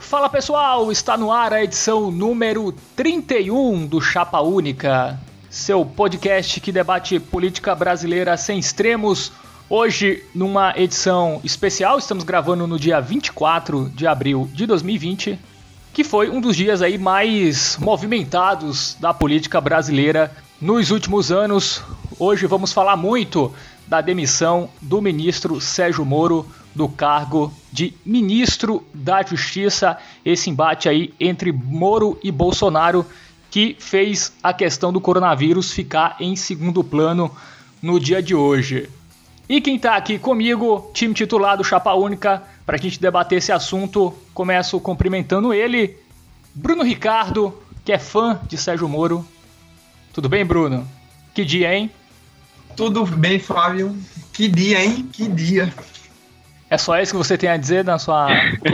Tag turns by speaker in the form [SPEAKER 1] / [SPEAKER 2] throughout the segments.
[SPEAKER 1] Fala pessoal, está no ar a edição número 31 do Chapa Única, seu podcast que debate política brasileira sem extremos. Hoje, numa edição especial, estamos gravando no dia 24 de abril de 2020, que foi um dos dias aí mais movimentados da política brasileira nos últimos anos. Hoje vamos falar muito da demissão do ministro Sérgio Moro do cargo de ministro da Justiça, esse embate aí entre Moro e Bolsonaro que fez a questão do coronavírus ficar em segundo plano no dia de hoje. E quem tá aqui comigo, time titular do Chapa Única, pra gente debater esse assunto, começo cumprimentando ele, Bruno Ricardo, que é fã de Sérgio Moro. Tudo bem, Bruno? Que dia, hein?
[SPEAKER 2] Tudo bem, Fábio. Que dia, hein? Que dia.
[SPEAKER 1] É só isso que você tem a dizer na sua...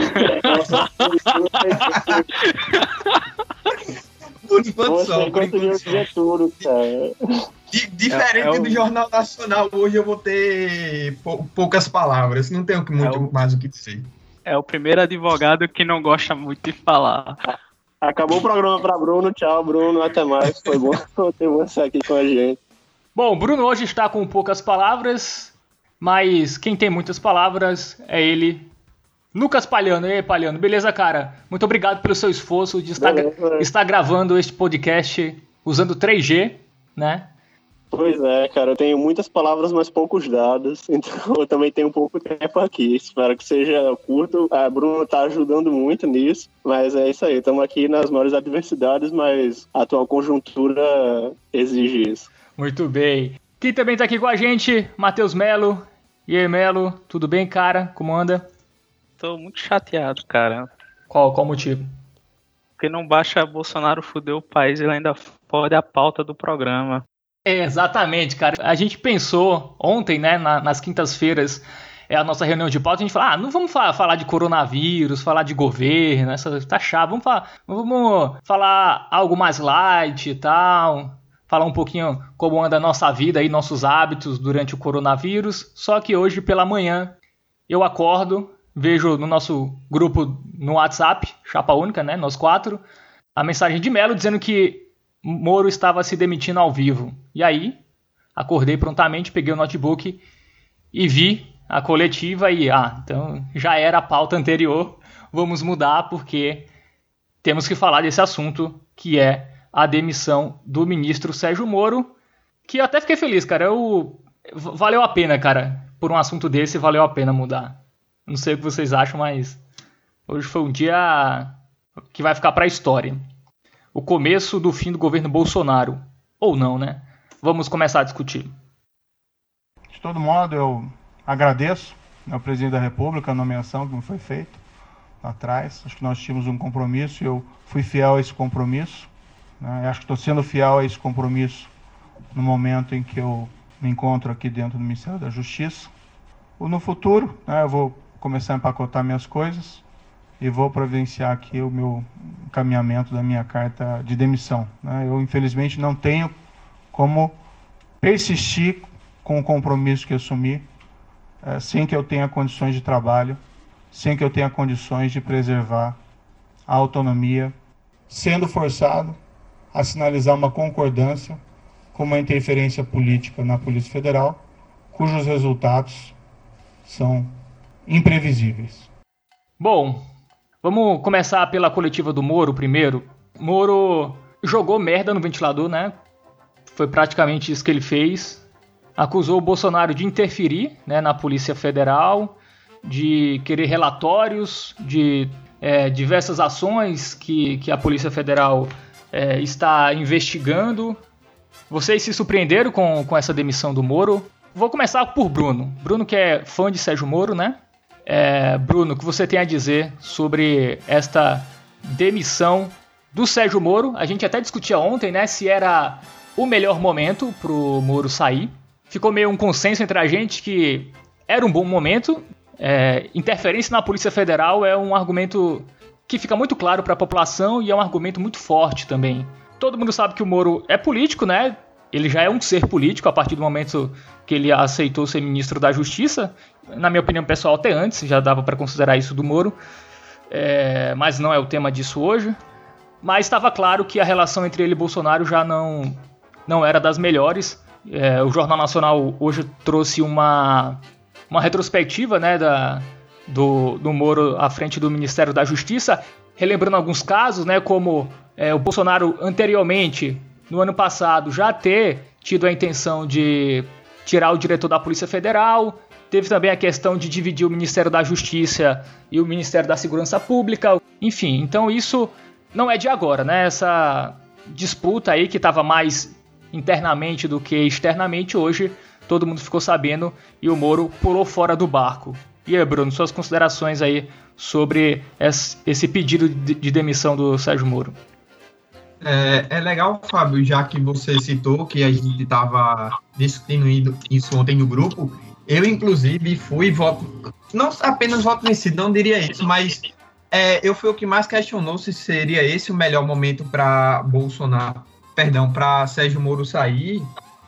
[SPEAKER 2] Por enquanto só.
[SPEAKER 3] Tudo, cara.
[SPEAKER 2] Diferente do Jornal Nacional, hoje eu vou ter poucas palavras. Não tenho muito mais o que dizer.
[SPEAKER 4] É o primeiro advogado que não gosta muito de falar.
[SPEAKER 3] Acabou o programa para Bruno. Tchau, Bruno. Até mais. Foi bom ter você aqui com a gente.
[SPEAKER 1] Bom, Bruno hoje está com poucas palavras, mas quem tem muitas palavras é ele, Lucas Palhano. E aí, Palhano, beleza, cara? Muito obrigado pelo seu esforço de estar gravando este podcast usando 3G, né?
[SPEAKER 3] Pois é, cara, eu tenho muitas palavras, mas poucos dados, então eu também tenho pouco tempo aqui. Espero que seja curto. A Bruno tá ajudando muito nisso, mas é isso aí. Estamos aqui nas maiores adversidades, mas a atual conjuntura exige isso.
[SPEAKER 1] Muito bem. Quem também tá aqui com a gente, Matheus Melo. E aí, Melo, tudo bem, cara? Como anda?
[SPEAKER 4] Tô muito chateado, cara.
[SPEAKER 1] Qual motivo?
[SPEAKER 4] Porque não baixa Bolsonaro fudeu o país, ele ainda fode a pauta do programa.
[SPEAKER 1] É, exatamente, cara. A gente pensou ontem, né, nas quintas-feiras, a nossa reunião de pauta, a gente falou, não vamos falar de coronavírus, falar de governo, tá chato, vamos falar algo mais light e tal, falar um pouquinho como anda a nossa vida e nossos hábitos durante o coronavírus. Só que hoje pela manhã eu acordo, vejo no nosso grupo no WhatsApp, Chapa Única, né, nós 4, a mensagem de Melo dizendo que Moro estava se demitindo ao vivo. E aí, acordei prontamente, peguei o notebook e vi a coletiva e, então já era a pauta anterior, vamos mudar porque temos que falar desse assunto, que é a demissão do ministro Sérgio Moro, que eu até fiquei feliz, cara. Valeu a pena, cara. Por um assunto desse, valeu a pena mudar. Não sei o que vocês acham, mas hoje foi um dia que vai ficar para a história. O começo do fim do governo Bolsonaro. Ou não, né? Vamos começar a discutir.
[SPEAKER 5] De todo modo, eu agradeço ao presidente da República a nomeação que me foi feita lá atrás. Acho que nós tínhamos um compromisso e eu fui fiel a esse compromisso. Acho que estou sendo fiel a esse compromisso no momento em que eu me encontro aqui dentro do Ministério da Justiça. Ou no futuro, eu vou começar a empacotar minhas coisas e vou providenciar aqui o meu encaminhamento da minha carta de demissão. Eu, infelizmente, não tenho como persistir com o compromisso que assumi sem que eu tenha condições de trabalho, sem que eu tenha condições de preservar a autonomia, sendo forçado a sinalizar uma concordância com uma interferência política na Polícia Federal, cujos resultados são imprevisíveis.
[SPEAKER 1] Bom, vamos começar pela coletiva do Moro primeiro. Moro jogou merda no ventilador, né? Foi praticamente isso que ele fez. Acusou o Bolsonaro de interferir, né, na Polícia Federal, de querer relatórios de diversas ações que a Polícia Federal está investigando. Vocês se surpreenderam com essa demissão do Moro? Vou começar por Bruno. Bruno, que é fã de Sérgio Moro, né? Bruno, o que você tem a dizer sobre esta demissão do Sérgio Moro? A gente até discutia ontem, né, se era o melhor momento pro Moro sair. Ficou meio um consenso entre a gente que era um bom momento. Interferência na Polícia Federal é um argumento que fica muito claro para a população e é um argumento muito forte também. Todo mundo sabe que o Moro é político, né? Ele já é um ser político a partir do momento que ele aceitou ser ministro da Justiça. Na minha opinião pessoal, até antes já dava para considerar isso do Moro. mas não é o tema disso hoje. Mas estava claro que a relação entre ele e Bolsonaro já não era das melhores. O Jornal Nacional hoje trouxe uma retrospectiva, né, do Moro à frente do Ministério da Justiça, relembrando alguns casos, né, como o Bolsonaro anteriormente, no ano passado, já ter tido a intenção de tirar o diretor da Polícia Federal. Teve também a questão de dividir o Ministério da Justiça e o Ministério da Segurança Pública. Enfim, então isso não é de agora, né? Essa disputa aí que estava mais internamente do que externamente, hoje todo mundo ficou sabendo e o Moro pulou fora do barco. E aí, Bruno, suas considerações aí sobre esse pedido de demissão do Sérgio Moro?
[SPEAKER 2] É legal, Fábio, já que você citou que a gente estava discutindo isso ontem no grupo. Eu, inclusive, fui voto, não apenas voto vencido, não diria isso, mas eu fui o que mais questionou se seria esse o melhor momento para para Sérgio Moro sair,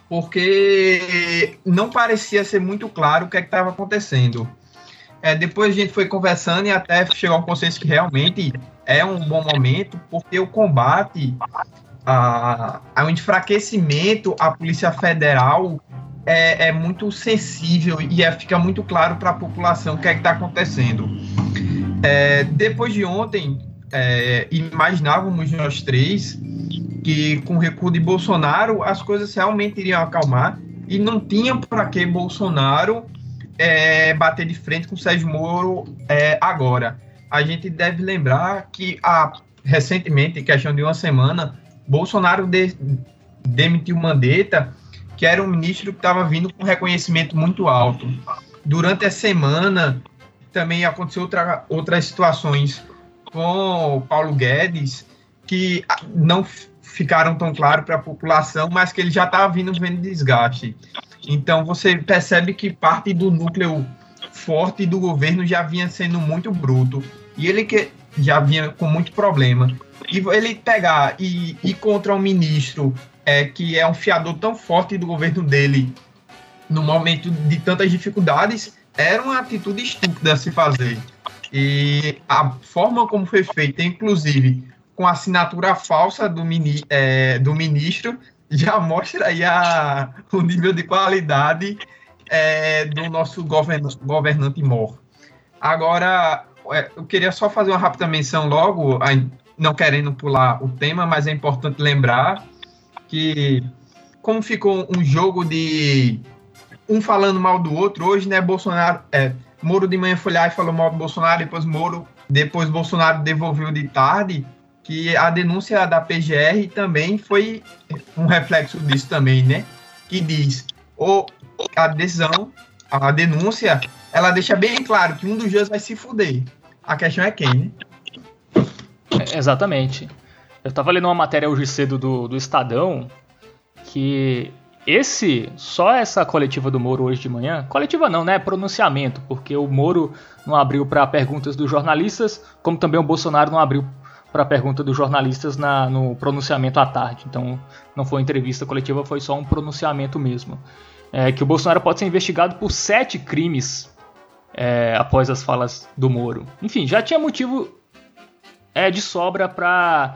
[SPEAKER 2] porque não parecia ser muito claro o que estava acontecendo. Depois a gente foi conversando e até chegou a um consenso que realmente é um bom momento, porque o combate ao enfraquecimento à Polícia Federal é muito sensível e fica muito claro para a população o que está acontecendo. Depois de ontem, imaginávamos nós três que com o recuo de Bolsonaro as coisas realmente iriam acalmar e não tinha para que Bolsonaro bater de frente com o Sérgio Moro agora. A gente deve lembrar que recentemente, em questão de uma semana, Bolsonaro demitiu Mandetta, que era um ministro que estava vindo com reconhecimento muito alto. Durante a semana, também aconteceu outras situações com o Paulo Guedes, que não ficaram tão claros para a população, mas que ele já estava vendo desgaste. Então, você percebe que parte do núcleo forte do governo já vinha sendo muito bruto. E ele que já vinha com muito problema. E ele pegar e ir contra um ministro que é um fiador tão forte do governo dele no momento de tantas dificuldades, era uma atitude estúpida a se fazer. E a forma como foi feita, inclusive com a assinatura falsa do ministro, já mostra aí o nível de qualidade do nosso governante mor. Agora, eu queria só fazer uma rápida menção logo, não querendo pular o tema, mas é importante lembrar que, como ficou um jogo de um falando mal do outro, hoje, né, Moro de manhã foi lá e falou mal do Bolsonaro, depois Bolsonaro devolveu de tarde, que a denúncia da PGR também foi um reflexo disso também, né, que diz, a denúncia, ela deixa bem claro que um dos dois vai se fuder. A questão é quem, né?
[SPEAKER 1] Exatamente. Eu tava lendo uma matéria hoje cedo do Estadão, que só essa coletiva do Moro hoje de manhã, coletiva não, né? Pronunciamento, porque o Moro não abriu para perguntas dos jornalistas, como também o Bolsonaro não abriu para pergunta dos jornalistas no pronunciamento à tarde. Então, não foi entrevista coletiva, foi só um pronunciamento mesmo. Que o Bolsonaro pode ser investigado por 7 crimes após as falas do Moro. Enfim, já tinha motivo de sobra para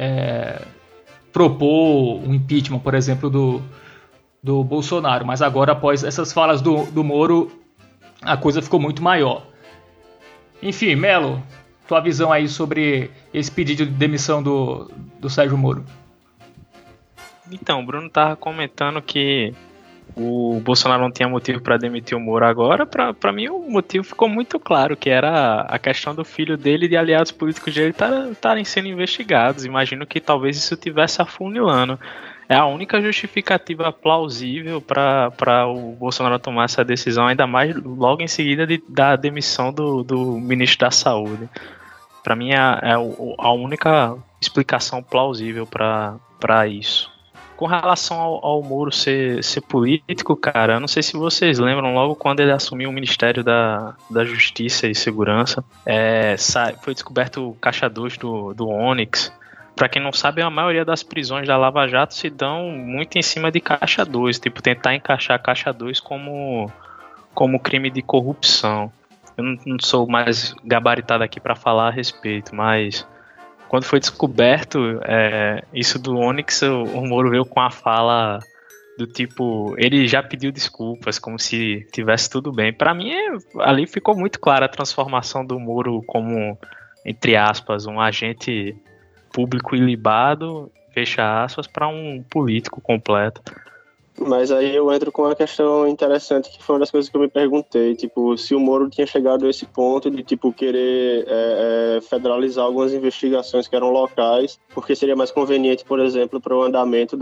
[SPEAKER 1] propor um impeachment, por exemplo, do Bolsonaro. Mas agora, após essas falas do Moro, a coisa ficou muito maior. Enfim, Melo, tua visão aí sobre esse pedido de demissão do Sérgio Moro.
[SPEAKER 4] Então, o Bruno estava comentando que o Bolsonaro não tinha motivo para demitir o Moro agora. Para mim, o motivo ficou muito claro, que era a questão do filho dele e de aliados políticos dele estarem sendo investigados. Imagino que talvez isso estivesse afunilando. É a única justificativa plausível para o Bolsonaro tomar essa decisão, ainda mais logo em seguida da demissão do ministro da Saúde. Para mim, é a única explicação plausível para isso. Com relação ao Moro ser político, cara, eu não sei se vocês lembram, logo quando ele assumiu o Ministério da Justiça e Segurança, foi descoberto o caixa 2 do Onyx. Pra quem não sabe, a maioria das prisões da Lava Jato se dão muito em cima de caixa 2, tipo, tentar encaixar caixa 2 como crime de corrupção. eu não sou mais gabaritado aqui para falar a respeito, mas quando foi descoberto isso do Onyx, o Moro veio com a fala do tipo, ele já pediu desculpas, como se tivesse tudo bem. Para mim, ali ficou muito clara a transformação do Moro como, entre aspas, um agente público ilibado, fecha aspas, para um político completo.
[SPEAKER 3] Mas aí eu entro com uma questão interessante, que foi uma das coisas que eu me perguntei, tipo, se o Moro tinha chegado a esse ponto de, tipo, querer federalizar algumas investigações que eram locais, porque seria mais conveniente, por exemplo, para o andamento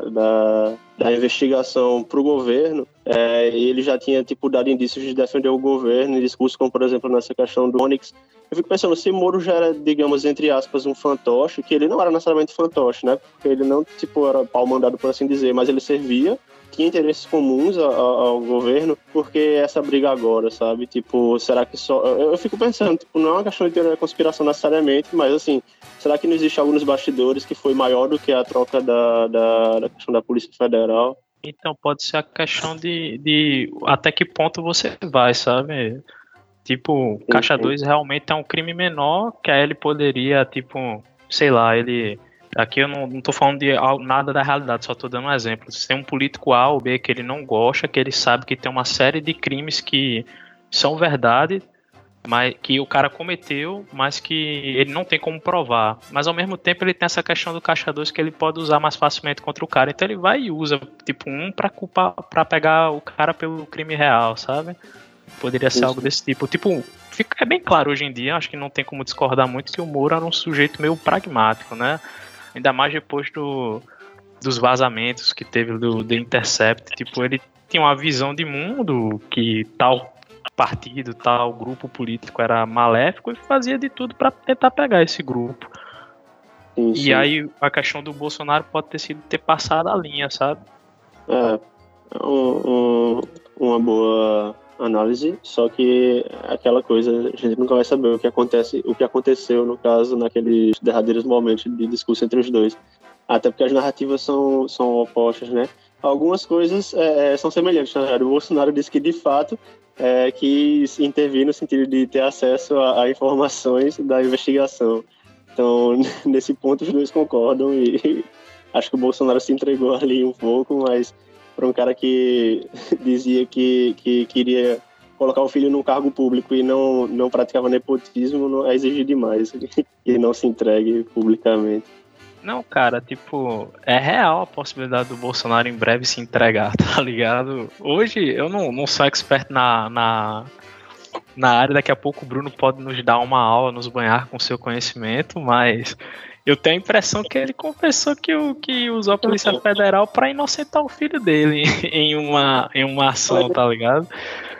[SPEAKER 3] da investigação para o governo, e ele já tinha, tipo, dado indícios de defender o governo em discursos como, por exemplo, nessa questão do Onyx. Eu fico pensando, se Moro já era, digamos, entre aspas, um fantoche, que ele não era necessariamente fantoche, né? Porque ele não, tipo, era pau mandado, por assim dizer, mas ele servia, tinha interesses comuns ao governo, porque essa briga agora, sabe? Tipo, será que só... Eu fico pensando, tipo, não é uma questão de teoria da conspiração necessariamente, mas, assim, será que não existe algo nos bastidores que foi maior do que a troca da questão da Polícia Federal?
[SPEAKER 4] Então, pode ser a questão de até que ponto você vai, sabe? Tipo, Caixa 2 realmente é um crime menor, que aí ele poderia, tipo, sei lá, ele... Aqui eu não tô falando de nada da realidade, só tô dando um exemplo. Se tem um político A ou B que ele não gosta, que ele sabe que tem uma série de crimes que são verdade, mas que o cara cometeu, mas que ele não tem como provar. Mas ao mesmo tempo ele tem essa questão do Caixa 2 que ele pode usar mais facilmente contra o cara. Então ele vai e usa, tipo, pra pegar o cara pelo crime real, sabe? Poderia ser algo desse tipo. Tipo, é bem claro hoje em dia, acho que não tem como discordar muito, que o Moro era um sujeito meio pragmático, né? Ainda mais depois dos vazamentos que teve do The Intercept. Tipo, ele tinha uma visão de mundo que tal partido, tal grupo político era maléfico e fazia de tudo para tentar pegar esse grupo. Sim. E aí a questão do Bolsonaro pode ter sido ter passado a linha, sabe?
[SPEAKER 3] Uma boa análise, só que aquela coisa, a gente nunca vai saber o que aconteceu, no caso, naqueles derradeiros momentos de discurso entre os dois. Até porque as narrativas são opostas, né? Algumas coisas são semelhantes, na verdade. O Bolsonaro disse que, de fato, quis intervir no sentido de ter acesso a informações da investigação. Então, nesse ponto, os dois concordam e acho que o Bolsonaro se entregou ali um pouco, mas para um cara que dizia que queria colocar o filho num cargo público e não praticava nepotismo, não é exigir demais e não se entregue publicamente.
[SPEAKER 4] Não, cara, tipo, é real a possibilidade do Bolsonaro em breve se entregar, tá ligado? Hoje eu não sou expert na área, daqui a pouco o Bruno pode nos dar uma aula, nos banhar com seu conhecimento, mas eu tenho a impressão que ele confessou que usou a Polícia Federal pra inocentar o filho dele em uma ação, tá ligado?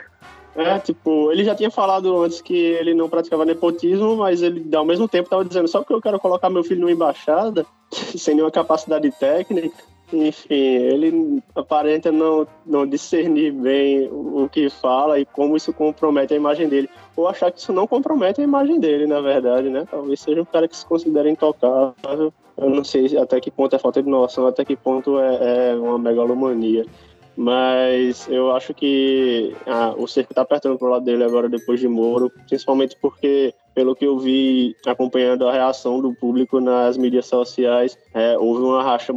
[SPEAKER 3] Tipo, ele já tinha falado antes que ele não praticava nepotismo, mas ele, ao mesmo tempo, estava dizendo só porque eu quero colocar meu filho numa embaixada, sem nenhuma capacidade técnica. Enfim, ele aparenta não discernir bem o que fala e como isso compromete a imagem dele. Ou achar que isso não compromete a imagem dele, na verdade, né? Talvez seja um cara que se considera intocável. Eu não sei até que ponto é falta de noção, até que ponto é uma megalomania. Mas eu acho que o cerco está apertando pro lado dele agora, depois de Moro, principalmente porque, pelo que eu vi acompanhando a reação do público nas mídias sociais, houve uma racha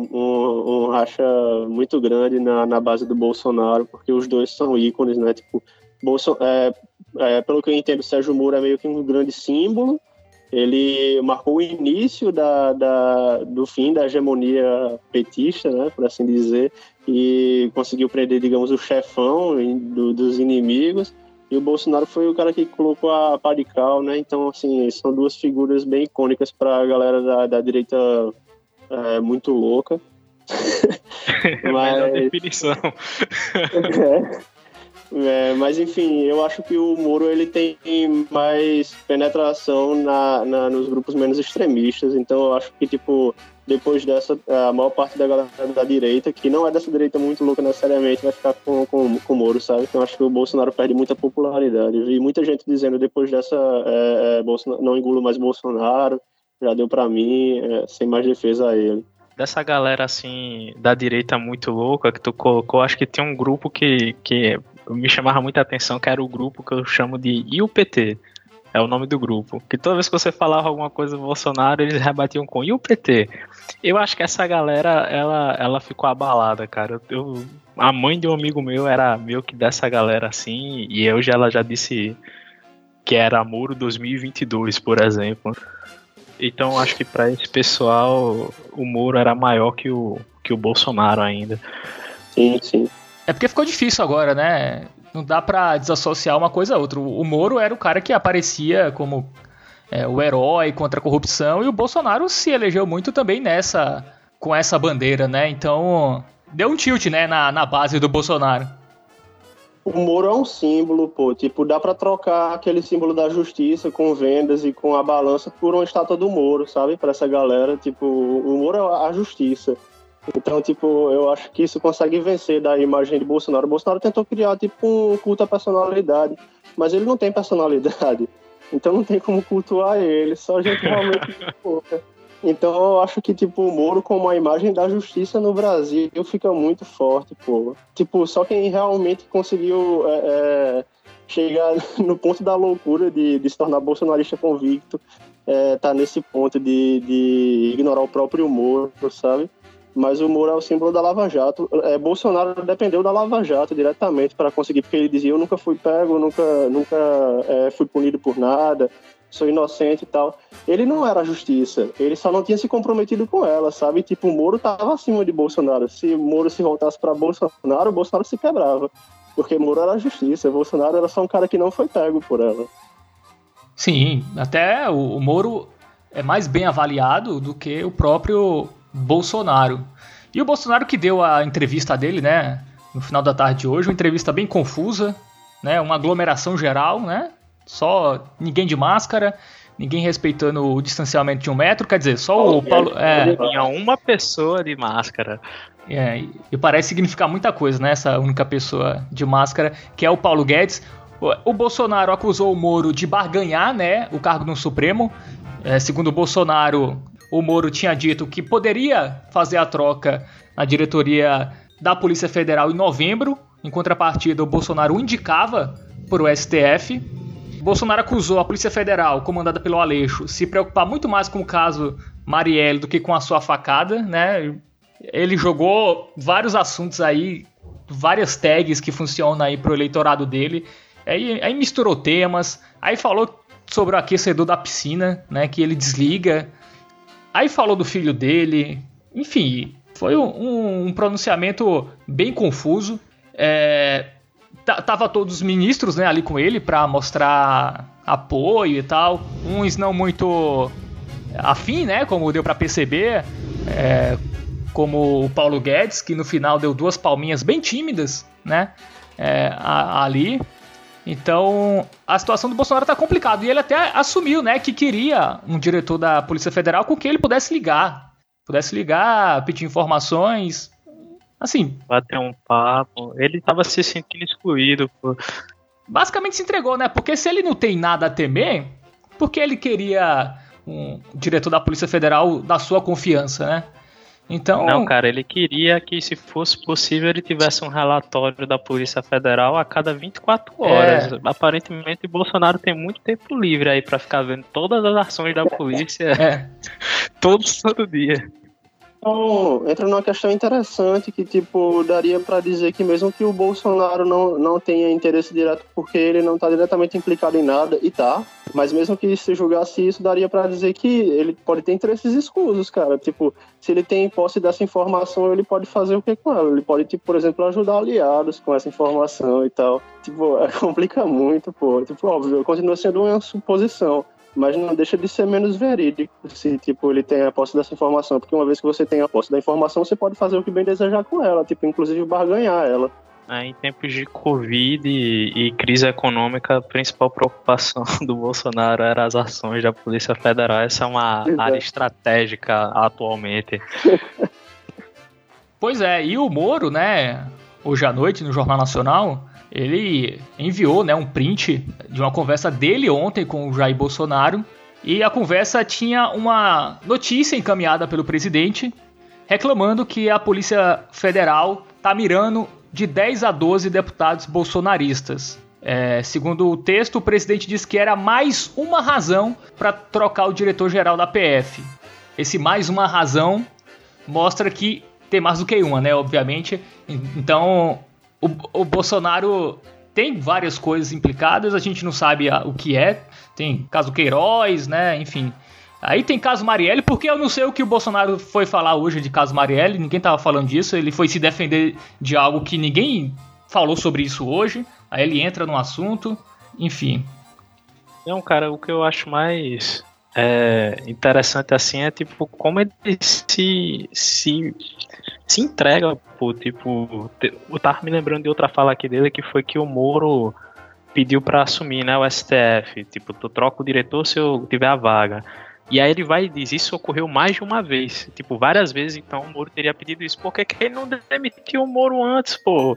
[SPEAKER 3] muito grande na base do Bolsonaro, porque os dois são ícones, né? Tipo, pelo que eu entendo, Sérgio Moro é meio que um grande símbolo. Ele marcou o início do fim da hegemonia petista, né, por assim dizer, e conseguiu prender, digamos, o chefão dos inimigos. E o Bolsonaro foi o cara que colocou a pá de cal, né? Então, assim, são duas figuras bem icônicas para a galera da direita muito louca.
[SPEAKER 4] Melhor definição.
[SPEAKER 3] Mas enfim, eu acho que o Moro ele tem mais penetração nos grupos menos extremistas, então eu acho que, tipo, depois dessa, a maior parte da galera da direita, que não é dessa direita muito louca necessariamente, vai ficar com o Moro, sabe? Então eu acho que o Bolsonaro perde muita popularidade. Eu vi muita gente dizendo, depois dessa, Bolsonaro, não engulo mais Bolsonaro, já deu pra mim, sem mais defesa a ele.
[SPEAKER 4] Dessa galera, assim, da direita muito louca que tu colocou, acho que tem um grupo que me chamava muita atenção, que era o grupo que eu chamo de IUPT. É o nome do grupo. Que toda vez que você falava alguma coisa do Bolsonaro, eles rebatiam com IUPT. Eu acho que essa galera, ela ficou abalada, cara. A mãe de um amigo meu era meio que dessa galera assim, e ela já disse que era Moro 2022, por exemplo. Então acho que pra esse pessoal, o Moro era maior que o Bolsonaro ainda.
[SPEAKER 3] Sim, sim.
[SPEAKER 1] É porque ficou difícil agora, né? Não dá pra desassociar uma coisa a outra. O Moro era o cara que aparecia como o herói contra a corrupção, e o Bolsonaro se elegeu muito também com essa bandeira, né? Então deu um tilt, né, na base do Bolsonaro.
[SPEAKER 3] O Moro é um símbolo, pô. Tipo, dá pra trocar aquele símbolo da justiça com vendas e com a balança por uma estátua do Moro, sabe? Pra essa galera, tipo, o Moro é a justiça. Então, tipo, eu acho que isso consegue vencer da imagem de Bolsonaro. O Bolsonaro tentou criar, tipo, um culto à personalidade, mas ele não tem personalidade. Então não tem como cultuar ele, só gente realmente pouca. Então eu acho que, tipo, o Moro como a imagem da justiça no Brasil fica muito forte, pô. Tipo, só quem realmente conseguiu chegar no ponto da loucura de se tornar bolsonarista convicto tá nesse ponto de ignorar o próprio Moro, sabe? Mas o Moro é o símbolo da Lava Jato. Bolsonaro dependeu da Lava Jato diretamente para conseguir, porque ele dizia: eu nunca fui pego, nunca fui punido por nada, sou inocente e tal. Ele não era a justiça, ele só não tinha se comprometido com ela, sabe? Tipo, o Moro estava acima de Bolsonaro. Se o Moro se voltasse para Bolsonaro, o Bolsonaro se quebrava, porque Moro era a justiça, Bolsonaro era só um cara que não foi pego por ela.
[SPEAKER 1] Sim, até o Moro é mais bem avaliado do que o próprio Bolsonaro. E o Bolsonaro que deu a entrevista dele, né, no final da tarde de hoje, uma entrevista bem confusa, né, uma aglomeração geral, né, só ninguém de máscara, ninguém respeitando o distanciamento de 1 metro, quer dizer, só o Paulo...
[SPEAKER 4] Tinha uma pessoa de máscara.
[SPEAKER 1] E parece significar muita coisa, né, essa única pessoa de máscara, que é o Paulo Guedes. O Bolsonaro acusou o Moro de barganhar, né, o cargo no Supremo. Segundo o Bolsonaro, o Moro tinha dito que poderia fazer a troca na diretoria da Polícia Federal em novembro. Em contrapartida, o Bolsonaro indicava para o STF. O Bolsonaro acusou a Polícia Federal, comandada pelo Aleixo, se preocupar muito mais com o caso Marielle do que com a sua facada, né? Ele jogou vários assuntos aí, várias tags que funcionam aí para o eleitorado dele. Aí misturou temas, aí falou sobre o aquecedor da piscina, né, que ele desliga. Aí falou do filho dele, enfim, foi um pronunciamento bem confuso. Tava todos os ministros, né, ali com ele para mostrar apoio e tal. Uns não muito afim, né, como deu para perceber, como o Paulo Guedes, que no final deu 2 palminhas bem tímidas, né, ali. Então, a situação do Bolsonaro tá complicada. E ele até assumiu, né, que queria um diretor da Polícia Federal com quem ele pudesse ligar, pedir informações, assim...
[SPEAKER 4] Bater um papo. Ele tava se sentindo excluído, pô.
[SPEAKER 1] Basicamente se entregou, né? Porque se ele não tem nada a temer, por que ele queria um diretor da Polícia Federal da sua confiança, né? Então...
[SPEAKER 4] Não, cara, ele queria que, se fosse possível, ele tivesse um relatório da Polícia Federal a cada 24 horas. Aparentemente, o Bolsonaro tem muito tempo livre aí pra ficar vendo todas as ações da polícia todo santo dia.
[SPEAKER 3] Então, entra numa questão interessante que, tipo, daria para dizer que mesmo que o Bolsonaro não tenha interesse direto porque ele não está diretamente implicado em nada, e tá, mas mesmo que se julgasse isso, daria para dizer que ele pode ter interesses escusos, cara. Tipo, se ele tem posse dessa informação, ele pode fazer o que com ela? Ele pode, tipo, por exemplo, ajudar aliados com essa informação e tal. Tipo, complica muito, pô. Tipo, óbvio, continua sendo uma suposição, mas não deixa de ser menos verídico se, tipo, ele tem a posse dessa informação, porque uma vez que você tem a posse da informação, você pode fazer o que bem desejar com ela, tipo, inclusive barganhar ela.
[SPEAKER 4] Em tempos de Covid e crise econômica, a principal preocupação do Bolsonaro era as ações da Polícia Federal. Essa é uma área estratégica atualmente.
[SPEAKER 1] Pois é, e o Moro, né, hoje à noite no Jornal Nacional, ele enviou, né, um print de uma conversa dele ontem com o Jair Bolsonaro, e a conversa tinha uma notícia encaminhada pelo presidente reclamando que a Polícia Federal está mirando de 10 a 12 deputados bolsonaristas. Segundo o texto, o presidente disse que era mais uma razão para trocar o diretor-geral da PF. Esse mais uma razão mostra que tem mais do que uma, né? Obviamente. Então, o Bolsonaro tem várias coisas implicadas, a gente não sabe o que é. Tem caso Queiroz, né? Enfim. Aí tem caso Marielle, porque eu não sei o que o Bolsonaro foi falar hoje de caso Marielle, ninguém tava falando disso, ele foi se defender de algo que ninguém falou sobre isso hoje, aí ele entra no assunto, enfim.
[SPEAKER 4] Não, cara, o que eu acho mais interessante assim é tipo como ele se entrega, pô, tipo, eu tava me lembrando de outra fala aqui dele que foi que o Moro pediu pra assumir, né, o STF, tipo, tu troca o diretor se eu tiver a vaga. E aí ele vai e diz, isso ocorreu mais de uma vez, tipo, várias vezes, então o Moro teria pedido isso. Por que ele não demitiu o Moro antes, pô?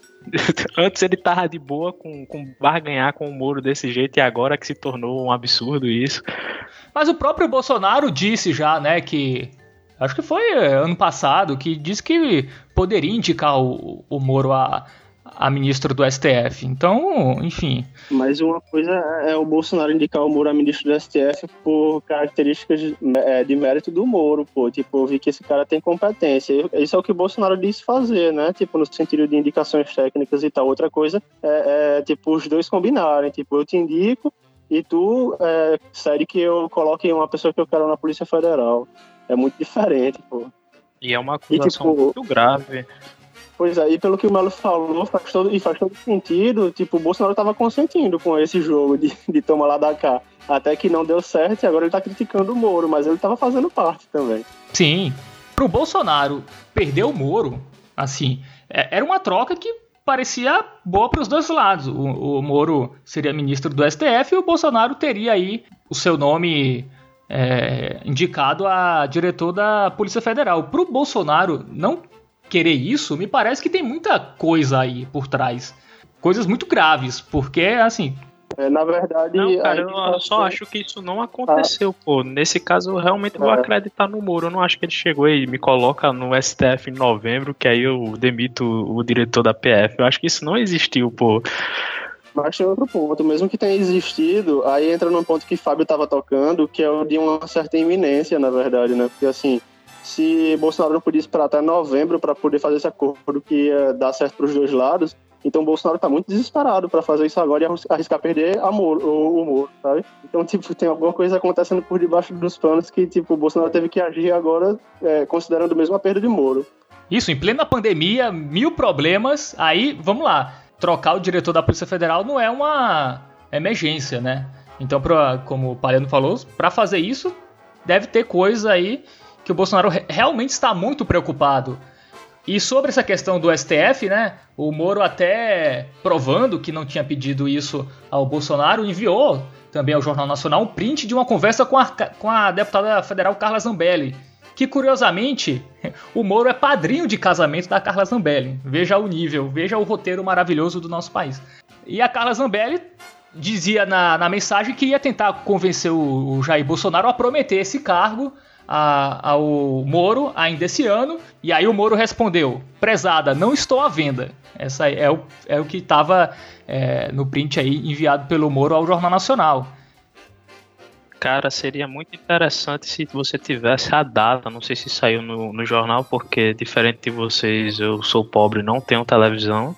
[SPEAKER 4] Antes ele tava de boa com barganhar com o Moro desse jeito e agora que se tornou um absurdo isso.
[SPEAKER 1] Mas o próprio Bolsonaro disse já, né, que... Acho que foi ano passado, que disse que poderia indicar o Moro a ministro do STF. Então, enfim...
[SPEAKER 3] Mas uma coisa é o Bolsonaro indicar o Moro a ministro do STF por características de mérito do Moro, pô. Tipo, eu vi que esse cara tem competência. Isso é o que o Bolsonaro disse fazer, né? Tipo, no sentido de indicações técnicas e tal. Outra coisa tipo, os dois combinarem. Tipo, eu te indico e tu sério que eu coloque uma pessoa que eu quero na Polícia Federal. É muito diferente, pô.
[SPEAKER 4] E é uma acusação muito grave.
[SPEAKER 3] Pois é, e pelo que o Melo falou, faz todo sentido, tipo, o Bolsonaro estava consentindo com esse jogo de toma lá da cá. Até que não deu certo e agora ele tá criticando o Moro, mas ele tava fazendo parte também.
[SPEAKER 1] Sim, pro Bolsonaro perder o Moro, assim, era uma troca que parecia boa pros dois lados. O Moro seria ministro do STF e o Bolsonaro teria aí o seu nome indicado a diretor da Polícia Federal. Pro Bolsonaro não querer isso, me parece que tem muita coisa aí por trás. Coisas muito graves, porque, assim...
[SPEAKER 3] na verdade...
[SPEAKER 4] Não, cara, eu só acho que isso não aconteceu, pô. Nesse caso, eu realmente vou acreditar no Moro. Eu não acho que ele chegou e me coloca no STF em novembro, que aí eu demito o diretor da PF. Eu acho que isso não existiu, pô.
[SPEAKER 3] Mas tem outro ponto, mesmo que tenha existido, aí entra num ponto que Fábio estava tocando, que é o de uma certa iminência, na verdade, né? Porque, assim... Se Bolsonaro não podia esperar até novembro para poder fazer esse acordo que ia dar certo para os dois lados, então Bolsonaro está muito desesperado para fazer isso agora e arriscar perder o Moro, sabe? Então, tipo, tem alguma coisa acontecendo por debaixo dos panos que, tipo, o Bolsonaro teve que agir agora, considerando mesmo a perda de Moro.
[SPEAKER 1] Isso, em plena pandemia, 1000 problemas, aí, vamos lá, trocar o diretor da Polícia Federal não é uma emergência, né? Então, como o Palhano falou, para fazer isso, deve ter coisa aí que o Bolsonaro realmente está muito preocupado. E sobre essa questão do STF, né, o Moro até provando que não tinha pedido isso ao Bolsonaro, enviou também ao Jornal Nacional um print de uma conversa com a deputada federal Carla Zambelli, que curiosamente o Moro é padrinho de casamento da Carla Zambelli. Veja o nível, veja o roteiro maravilhoso do nosso país. E a Carla Zambelli dizia na mensagem que ia tentar convencer o Jair Bolsonaro a prometer esse cargo ao Moro ainda esse ano, e aí o Moro respondeu: prezada, não estou à venda. Essa é o que estava no print aí enviado pelo Moro ao Jornal Nacional.
[SPEAKER 4] Cara, seria muito interessante se você tivesse a data, não sei se saiu no jornal, porque diferente de vocês, eu sou pobre, não tenho televisão,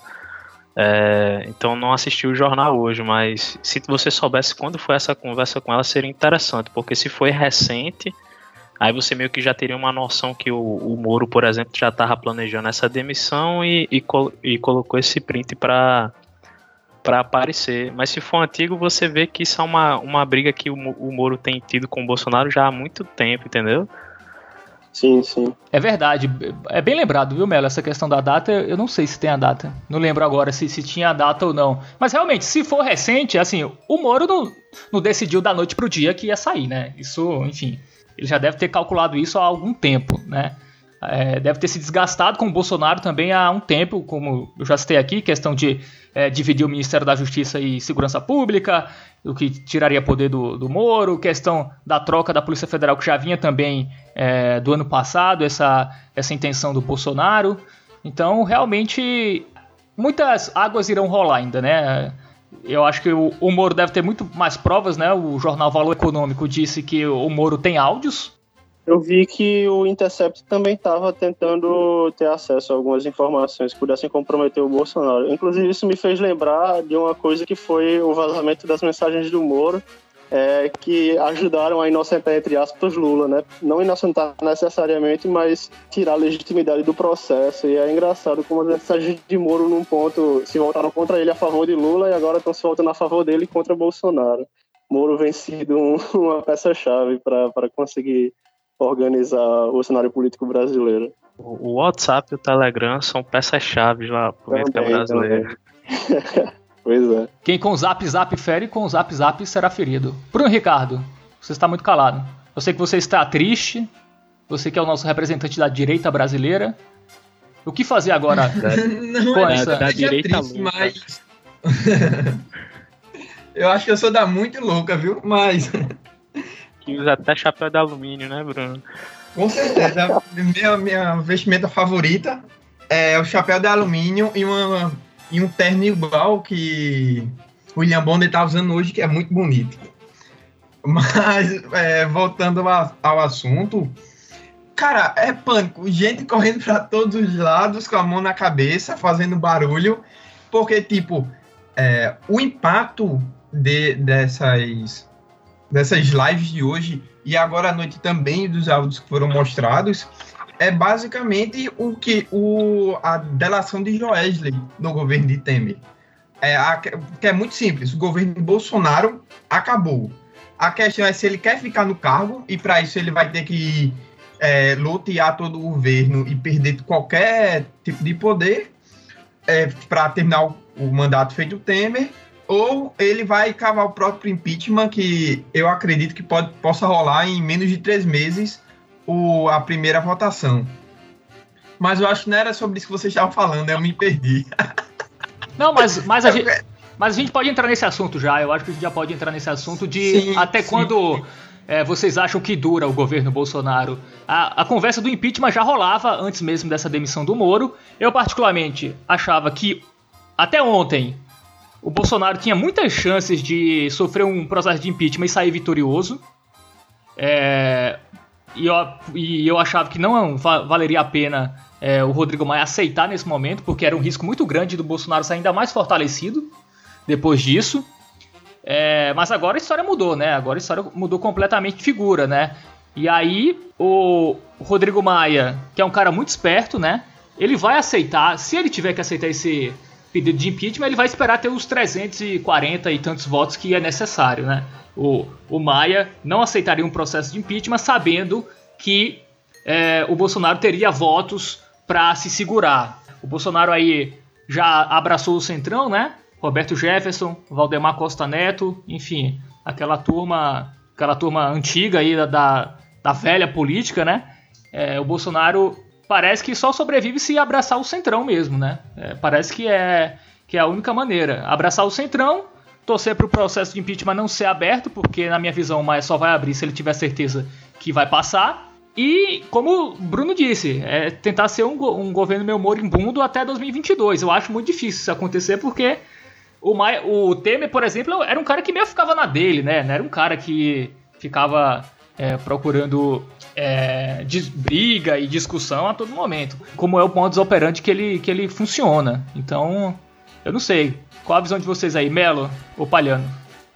[SPEAKER 4] então não assisti o jornal hoje, mas se você soubesse quando foi essa conversa com ela, seria interessante, porque se foi recente, aí você meio que já teria uma noção que o Moro, por exemplo, já estava planejando essa demissão e colocou esse print para aparecer. Mas se for antigo, você vê que isso é uma briga que o Moro tem tido com o Bolsonaro já há muito tempo, entendeu?
[SPEAKER 3] Sim, sim.
[SPEAKER 1] É verdade. É bem lembrado, viu, Melo? Essa questão da data, eu não sei se tem a data. Não lembro agora se tinha a data ou não. Mas realmente, se for recente, assim, o Moro não decidiu da noite pro dia que ia sair, né? Isso, enfim... Ele já deve ter calculado isso há algum tempo, né? Deve ter se desgastado com o Bolsonaro também há um tempo, como eu já citei aqui, questão de dividir o Ministério da Justiça e Segurança Pública, o que tiraria poder do Moro, questão da troca da Polícia Federal, que já vinha também do ano passado, essa intenção do Bolsonaro. Então, realmente, muitas águas irão rolar ainda, né? Eu acho que o Moro deve ter muito mais provas, né? O jornal Valor Econômico disse que o Moro tem áudios.
[SPEAKER 3] Eu vi que o Intercept também estava tentando ter acesso a algumas informações que pudessem comprometer o Bolsonaro. Inclusive, isso me fez lembrar de uma coisa que foi o vazamento das mensagens do Moro, que ajudaram a inocentar, entre aspas, Lula, né? Não inocentar necessariamente, mas tirar a legitimidade do processo. E é engraçado como as mensagens de Moro, num ponto, se voltaram contra ele a favor de Lula e agora estão se voltando a favor dele contra Bolsonaro. Moro vem sido uma peça-chave para conseguir organizar o cenário político brasileiro.
[SPEAKER 4] O WhatsApp e o Telegram são peças-chave na política brasileira.
[SPEAKER 3] Pois é.
[SPEAKER 1] Quem com o Zap fere, com o Zap será ferido. Bruno Ricardo, você está muito calado. Eu sei que você está triste, você que é o nosso representante da direita brasileira. O que fazer agora?
[SPEAKER 2] Não é da direita triste, mas... Eu acho que eu sou da muito louca, viu? Mas...
[SPEAKER 4] Que usa até chapéu de alumínio, né, Bruno?
[SPEAKER 2] Com certeza. Minha vestimenta favorita é o chapéu de alumínio e um terno igual que o William Bonner tá usando hoje, que é muito bonito. Mas, voltando ao assunto, cara, é pânico. Gente correndo para todos os lados, com a mão na cabeça, fazendo barulho, porque, tipo, o impacto dessas lives de hoje e agora à noite também dos áudios que foram mostrados é basicamente a delação de Joesley no governo de Temer. Que é muito simples, o governo de Bolsonaro acabou. A questão é se ele quer ficar no cargo e para isso ele vai ter que lotear todo o governo e perder qualquer tipo de poder para terminar o mandato feito Temer, ou ele vai cavar o próprio impeachment, que eu acredito que possa rolar em menos de 3 meses a primeira votação. Mas eu acho que não era sobre isso que vocês estavam falando, eu me perdi.
[SPEAKER 1] Não, mas a gente pode entrar nesse assunto já. Eu acho que a gente já pode entrar nesse assunto de quando vocês acham que dura o governo Bolsonaro. A conversa do impeachment já rolava antes mesmo dessa demissão do Moro. Eu, particularmente, achava que até ontem o Bolsonaro tinha muitas chances de sofrer um processo de impeachment e sair vitorioso. E eu achava que não valeria a pena o Rodrigo Maia aceitar nesse momento, porque era um risco muito grande do Bolsonaro sair ainda mais fortalecido depois disso. Mas agora a história mudou, né? Agora a história mudou completamente de figura, né? E aí o Rodrigo Maia, que é um cara muito esperto, né? Ele vai aceitar, se ele tiver que aceitar esse pedido de impeachment, ele vai esperar ter os 340 e tantos votos que é necessário, né? O Maia não aceitaria um processo de impeachment sabendo que o Bolsonaro teria votos para se segurar. O Bolsonaro aí já abraçou o Centrão, né? Roberto Jefferson, Valdemar Costa Neto, enfim, aquela turma antiga aí da velha política, né? O Bolsonaro parece que só sobrevive se abraçar o Centrão mesmo, né? Parece que é a única maneira. Abraçar o Centrão, torcer para o processo de impeachment não ser aberto, porque na minha visão o Maia só vai abrir se ele tiver certeza que vai passar. E, como o Bruno disse, tentar ser um governo meio moribundo até 2022. Eu acho muito difícil isso acontecer, porque o Temer, por exemplo, era um cara que meio ficava na dele, né? Não era um cara que ficava procurando briga e discussão a todo momento, como é o modus operandi que ele funciona. Então, eu não sei. Qual a visão de vocês aí, Melo ou Palhano?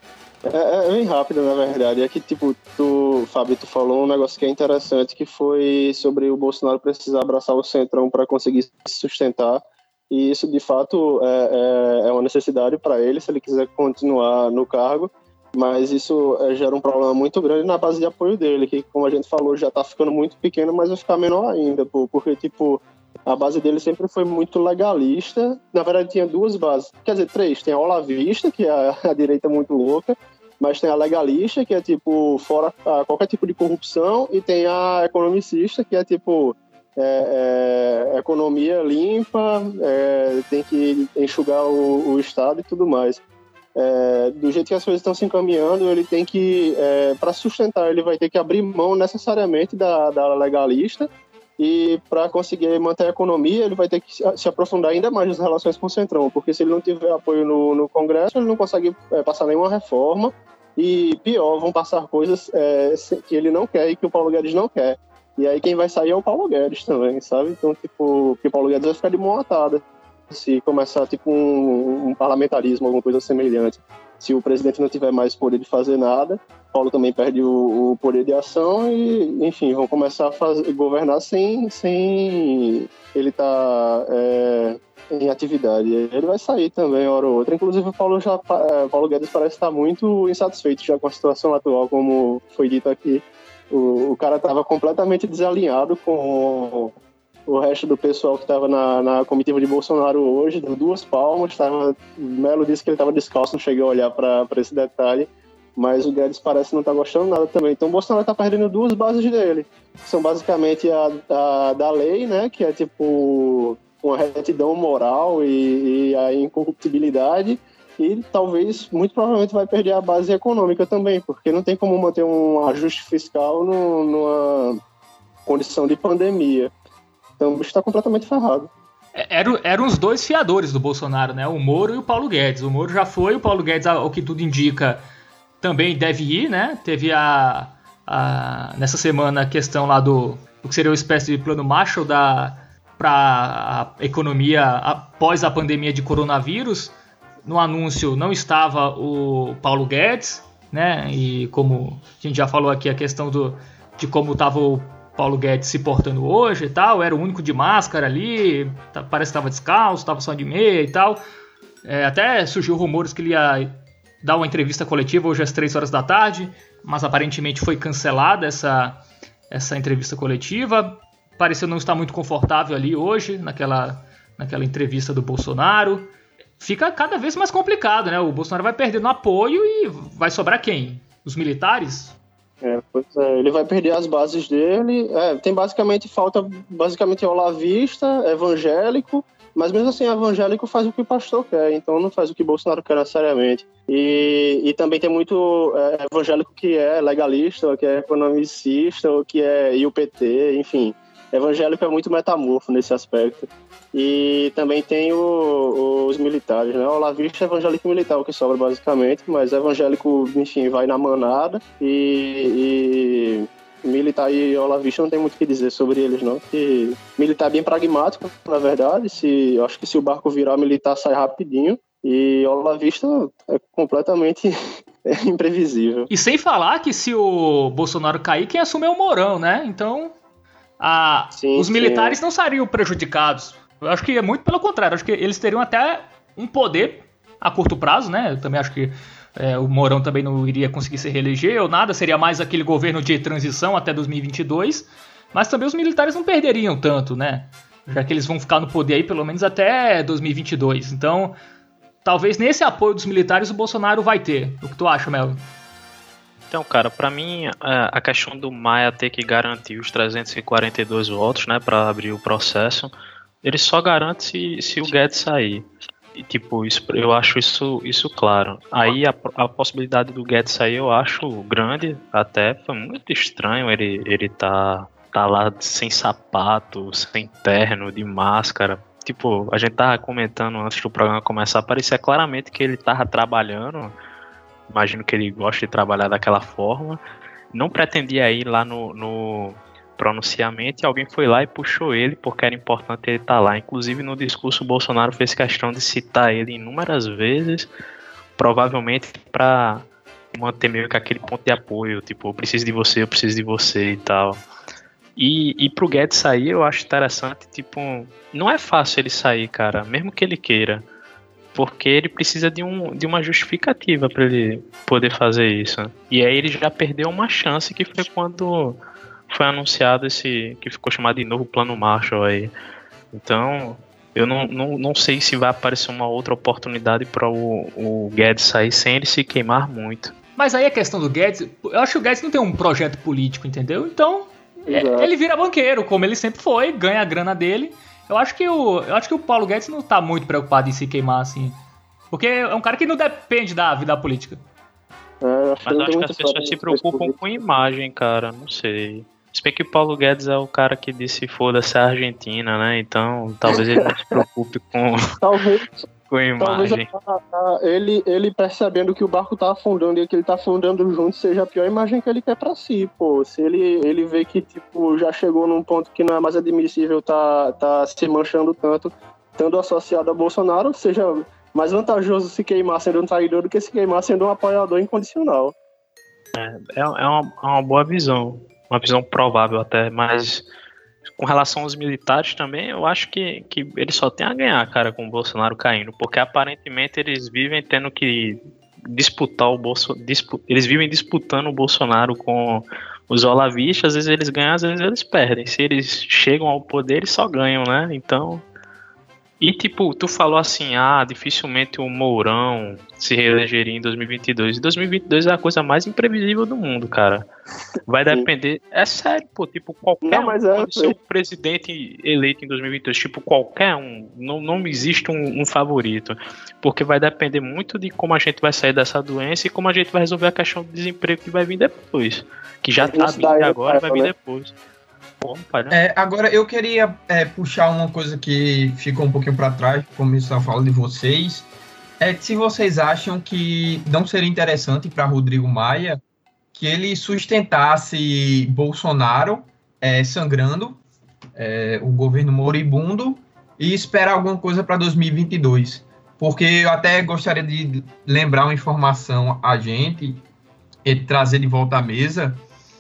[SPEAKER 3] É bem rápido, na verdade. É que, tipo, Fábio, tu falou um negócio que é interessante, que foi sobre o Bolsonaro precisar abraçar o Centrão para conseguir se sustentar. E isso, de fato, é uma necessidade para ele, se ele quiser continuar no cargo. Mas isso gera um problema muito grande na base de apoio dele, que, como a gente falou, já está ficando muito pequeno, mas vai ficar menor ainda, porque, tipo, a base dele sempre foi muito legalista. Na verdade, tinha 2 bases, quer dizer, 3. Tem a olavista, que é a direita muito louca, mas tem a legalista, que é, tipo, fora qualquer tipo de corrupção, e tem a economicista, que é, tipo, economia limpa, tem que enxugar o Estado e tudo mais. Do jeito que as coisas estão se encaminhando, ele tem que, para sustentar, ele vai ter que abrir mão necessariamente da legalista E para conseguir manter a economia, ele vai ter que se aprofundar ainda mais nas relações com o Centrão, porque se ele não tiver apoio no Congresso, ele não consegue passar nenhuma reforma. E pior, vão passar coisas que ele não quer e que o Paulo Guedes não quer. E aí quem vai sair é o Paulo Guedes também, sabe? Então, tipo, que o Paulo Guedes vai ficar de mão atada se começar, tipo, um parlamentarismo, alguma coisa semelhante. Se o presidente não tiver mais poder de fazer nada, Paulo também perde o poder de ação e, enfim, vão começar a governar sem ele estar em atividade. Ele vai sair também, hora ou outra. Inclusive, o Paulo Guedes parece estar muito insatisfeito já com a situação atual, como foi dito aqui. O cara estava completamente desalinhado com o resto do pessoal que estava na comitiva de Bolsonaro hoje, deu 2 palmas. Melo disse que ele estava descalço, não cheguei a olhar para esse detalhe, mas o Guedes parece não estar gostando nada também. Então o Bolsonaro está perdendo 2 bases dele, que são basicamente a da lei, né, que é tipo uma retidão moral e a incorruptibilidade, e talvez, muito provavelmente, vai perder a base econômica também, porque não tem como manter um ajuste fiscal numa condição de pandemia. Então o bicho está completamente ferrado.
[SPEAKER 1] Eram os 2 fiadores do Bolsonaro, né? O Moro e o Paulo Guedes. O Moro já foi, o Paulo Guedes, ao que tudo indica, também deve ir, né? Teve nessa semana a questão lá do que seria uma espécie de plano Marshall para a economia após a pandemia de coronavírus. No anúncio não estava o Paulo Guedes, né? E como a gente já falou aqui, a questão de como estava o Paulo Guedes se portando hoje e tal, era o único de máscara ali, parece que estava descalço, estava só de meia e tal. Até surgiu rumores que ele ia dar uma entrevista coletiva hoje às 3 horas da tarde, mas aparentemente foi cancelada essa entrevista coletiva. Pareceu não estar muito confortável ali hoje, naquela entrevista do Bolsonaro. Fica cada vez mais complicado, né? O Bolsonaro vai perdendo apoio e vai sobrar quem? Os militares?
[SPEAKER 3] Ele vai perder as bases dele. Tem falta olavista, evangélico, mas mesmo assim evangélico faz o que o pastor quer, então não faz o que o Bolsonaro quer necessariamente. E também tem muito evangélico que é legalista, ou que é economicista, ou que e o PT, enfim. Evangélico é muito metamorfo nesse aspecto. E também tem os militares, né? O olavista é evangélico militar, o que sobra basicamente, mas evangélico, enfim, vai na manada e militar e olavista não tem muito o que dizer sobre eles, não. Porque militar é bem pragmático, na verdade. Eu acho que se o barco virar, militar sai rapidinho. E olavista é completamente imprevisível.
[SPEAKER 1] E sem falar que se o Bolsonaro cair, quem assume é o Mourão, né? Então, os militares não seriam prejudicados. Eu acho que é muito pelo contrário. Eu acho que eles teriam até um poder a curto prazo, né? Eu também acho que o Mourão também não iria conseguir se reeleger ou nada. Seria mais aquele governo de transição até 2022. Mas também os militares não perderiam tanto, né? Já que eles vão ficar no poder aí pelo menos até 2022. Então, talvez nesse apoio dos militares o Bolsonaro vai ter. O que tu acha, Melo?
[SPEAKER 4] Então, cara, pra mim a questão do Maia ter que garantir os 342 votos, né, pra abrir o processo, ele só garante se o Guedes sair. E, tipo, eu acho isso claro. Aí a possibilidade do Guedes sair eu acho grande, até foi muito estranho ele tá lá sem sapato, sem terno, de máscara. Tipo, a gente tava comentando antes do programa começar, parecia claramente que ele tava trabalhando. Imagino que ele gosta de trabalhar daquela forma. Não pretendia ir lá no pronunciamento e alguém foi lá e puxou ele porque era importante ele estar lá. Inclusive no discurso o Bolsonaro fez questão de citar ele inúmeras vezes, provavelmente para manter meio que aquele ponto de apoio, tipo, eu preciso de você e tal. E pro Guedes sair eu acho interessante, tipo, não é fácil ele sair, cara, mesmo que ele queira, porque ele precisa de uma justificativa para ele poder fazer isso. E aí ele já perdeu uma chance, que foi quando foi anunciado esse, que ficou chamado de novo Plano Marshall aí. Então, eu não sei se vai aparecer uma outra oportunidade para o Guedes sair sem ele se queimar muito.
[SPEAKER 1] Mas aí a questão do Guedes, eu acho que o Guedes não tem um projeto político, entendeu? Então, ele vira banqueiro, como ele sempre foi, ganha a grana dele. Eu acho que o Paulo Guedes não tá muito preocupado em se queimar, assim. Porque é um cara que não depende da vida política.
[SPEAKER 4] Mas eu acho que as pessoas se preocupam com imagem, cara, não sei. Se bem que o Paulo Guedes é o cara que disse foda-se a Argentina, né? Então talvez ele não se preocupe com,
[SPEAKER 3] Talvez
[SPEAKER 4] com a imagem.
[SPEAKER 3] ele percebendo que o barco tá afundando e que ele tá afundando junto seja a pior imagem que ele quer pra si, pô. Se ele vê que, tipo, já chegou num ponto que não é mais admissível tá se manchando tanto, estando associado a Bolsonaro, seja mais vantajoso se queimar sendo um traidor do que se queimar sendo um apoiador incondicional.
[SPEAKER 4] É uma boa visão. Uma visão provável até, mas com relação aos militares também, eu acho que eles só tem a ganhar, cara, com o Bolsonaro caindo, porque aparentemente eles vivem tendo que disputar eles vivem disputando o Bolsonaro com os olavistas, às vezes eles ganham, às vezes eles perdem. Se eles chegam ao poder, eles só ganham, né? Então... E, tipo, tu falou assim, dificilmente o Mourão se reelegeria em 2022. E 2022 é a coisa mais imprevisível do mundo, cara. Vai depender... É sério, pô, tipo, qualquer um pode ser o presidente eleito em 2022. Tipo, qualquer um. Não existe um favorito. Porque vai depender muito de como a gente vai sair dessa doença e como a gente vai resolver a questão do desemprego que vai vir depois. Que já tá vindo agora e vai vir depois.
[SPEAKER 2] Agora eu queria puxar uma coisa que ficou um pouquinho para trás, começar a falar de vocês, se vocês acham que não seria interessante para Rodrigo Maia que ele sustentasse Bolsonaro sangrando, o governo moribundo, e esperar alguma coisa para 2022. Porque eu até gostaria de lembrar uma informação a gente, e trazer de volta à mesa,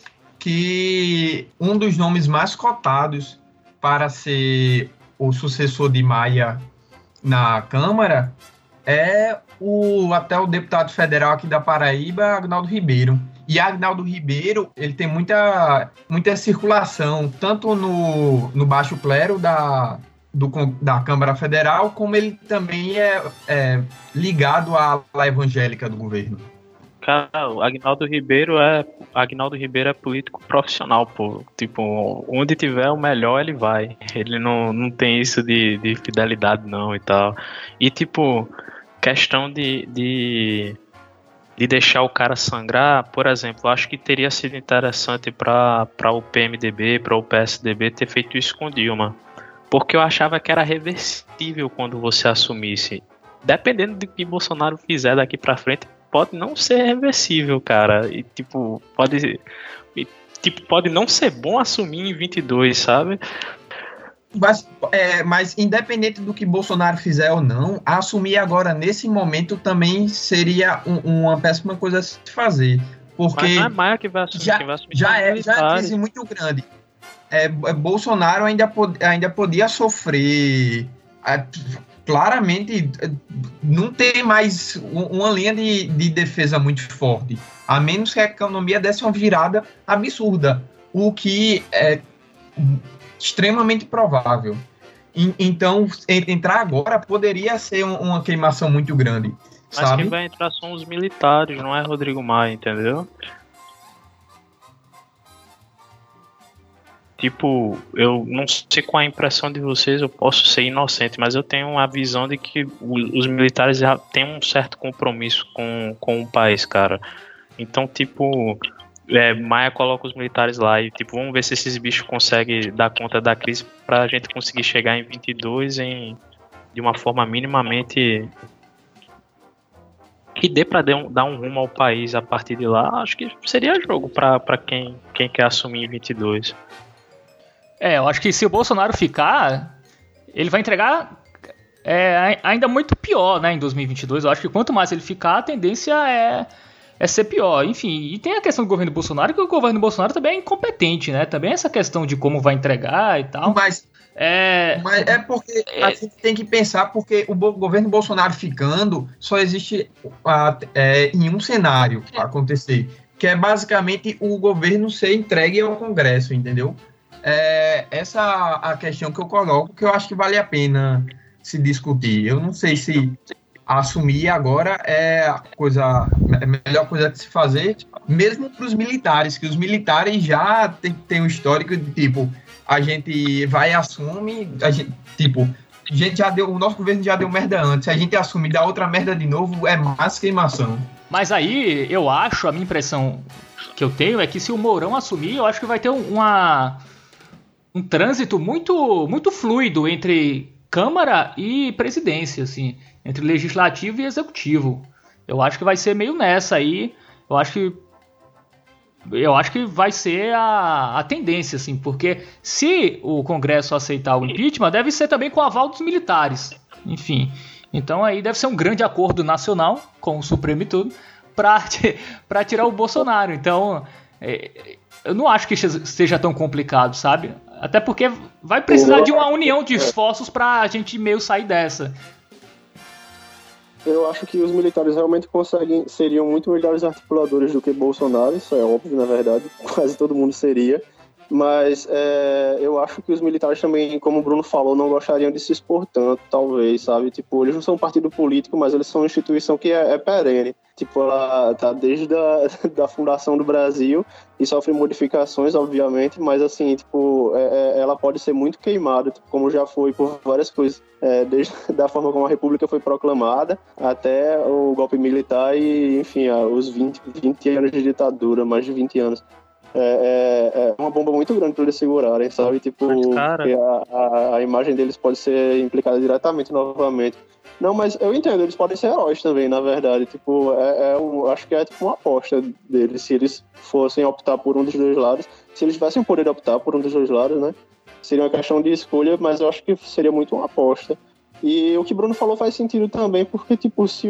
[SPEAKER 2] que um dos nomes mais cotados para ser o sucessor de Maia na Câmara é até o deputado federal aqui da Paraíba, Agnaldo Ribeiro. E Agnaldo Ribeiro, ele tem muita circulação, tanto no baixo clero da Câmara Federal, como ele também é ligado à ala evangélica do governo.
[SPEAKER 4] Cara, o Agnaldo Ribeiro é político profissional, pô. Tipo, onde tiver o melhor, ele vai. Ele não tem isso de fidelidade, não, e tal. E, tipo, questão de deixar o cara sangrar, por exemplo, acho que teria sido interessante para o PMDB, para o PSDB ter feito isso com Dilma. Porque eu achava que era reversível quando você assumisse. Dependendo do que Bolsonaro fizer daqui pra frente, pode não ser reversível, cara. E, tipo, pode não ser bom assumir em 22, sabe?
[SPEAKER 2] Mas independente do que Bolsonaro fizer ou não, assumir agora, nesse momento, também seria uma péssima coisa a se fazer. Porque
[SPEAKER 4] mas não é Maia que vai assumir, quem vai assumir
[SPEAKER 2] já é uma crise muito grande. Bolsonaro ainda podia sofrer... Claramente não tem mais uma linha de defesa muito forte, a menos que a economia desse uma virada absurda, o que é extremamente provável. Então, entrar agora poderia ser uma queimação muito grande.
[SPEAKER 4] Mas
[SPEAKER 2] sabe?
[SPEAKER 4] quem vai entrar são os militares, não é Rodrigo Maia, entendeu? Tipo, eu não sei qual a impressão de vocês, eu posso ser inocente, mas eu tenho a visão de que os militares já têm um certo compromisso com o país, cara. Então, tipo, Maia coloca os militares lá e, tipo, vamos ver se esses bichos conseguem dar conta da crise pra gente conseguir chegar em 22 de uma forma minimamente que dê pra dar um rumo ao país a partir de lá. Acho que seria jogo pra quem quer assumir em 22.
[SPEAKER 1] Eu acho que se o Bolsonaro ficar, ele vai entregar ainda muito pior, né, em 2022. Eu acho que quanto mais ele ficar, a tendência é ser pior. Enfim, e tem a questão do governo Bolsonaro, que o governo Bolsonaro também é incompetente, né? Também essa questão de como vai entregar e tal.
[SPEAKER 2] Mas é porque a gente tem que pensar, porque o governo Bolsonaro ficando só existe em um cenário para acontecer, que é basicamente o governo ser entregue ao Congresso, entendeu? Essa a questão que eu coloco, que eu acho que vale a pena se discutir. Eu não sei se assumir agora é a melhor coisa de se fazer, mesmo para os militares, que os militares já tem um histórico de tipo, a gente vai e assume, o nosso governo já deu merda antes. Se a gente assumir e dar outra merda de novo, é mais queimação.
[SPEAKER 1] Mas aí, eu acho, a minha impressão que eu tenho é que se o Mourão assumir, eu acho que vai ter um trânsito muito, muito fluido entre Câmara e presidência, assim, entre legislativo e executivo. Eu acho que vai ser meio nessa aí. Eu acho que vai ser a tendência, assim, porque se o Congresso aceitar o impeachment, deve ser também com o aval dos militares. Enfim, então aí deve ser um grande acordo nacional com o Supremo e tudo para tirar o Bolsonaro. Então, eu não acho que seja tão complicado, sabe? Até porque vai precisar de uma união de esforços para a gente meio sair dessa.
[SPEAKER 3] Eu acho que os militares realmente seriam muito melhores articuladores do que Bolsonaro, isso é óbvio, na verdade, quase todo mundo seria, mas eu acho que os militares também, como o Bruno falou, não gostariam de se expor tanto, talvez, sabe? Tipo, eles não são um partido político, mas eles são uma instituição que é perene. Tipo, ela tá desde da fundação do Brasil e sofre modificações, obviamente, mas assim, tipo, ela pode ser muito queimada, tipo, como já foi por várias coisas, desde da forma como a República foi proclamada até o golpe militar e, enfim, os 20 anos de ditadura, mais de 20 anos. É uma bomba muito grande para eles segurarem, sabe? Tipo, a imagem deles pode ser implicada diretamente novamente. Não, mas eu entendo, eles podem ser heróis também, na verdade. Tipo, acho que é tipo uma aposta deles, se eles fossem optar por um dos dois lados. Se eles tivessem o poder de optar por um dos dois lados, né? Seria uma questão de escolha, mas eu acho que seria muito uma aposta. E o que o Bruno falou faz sentido também, porque, tipo, se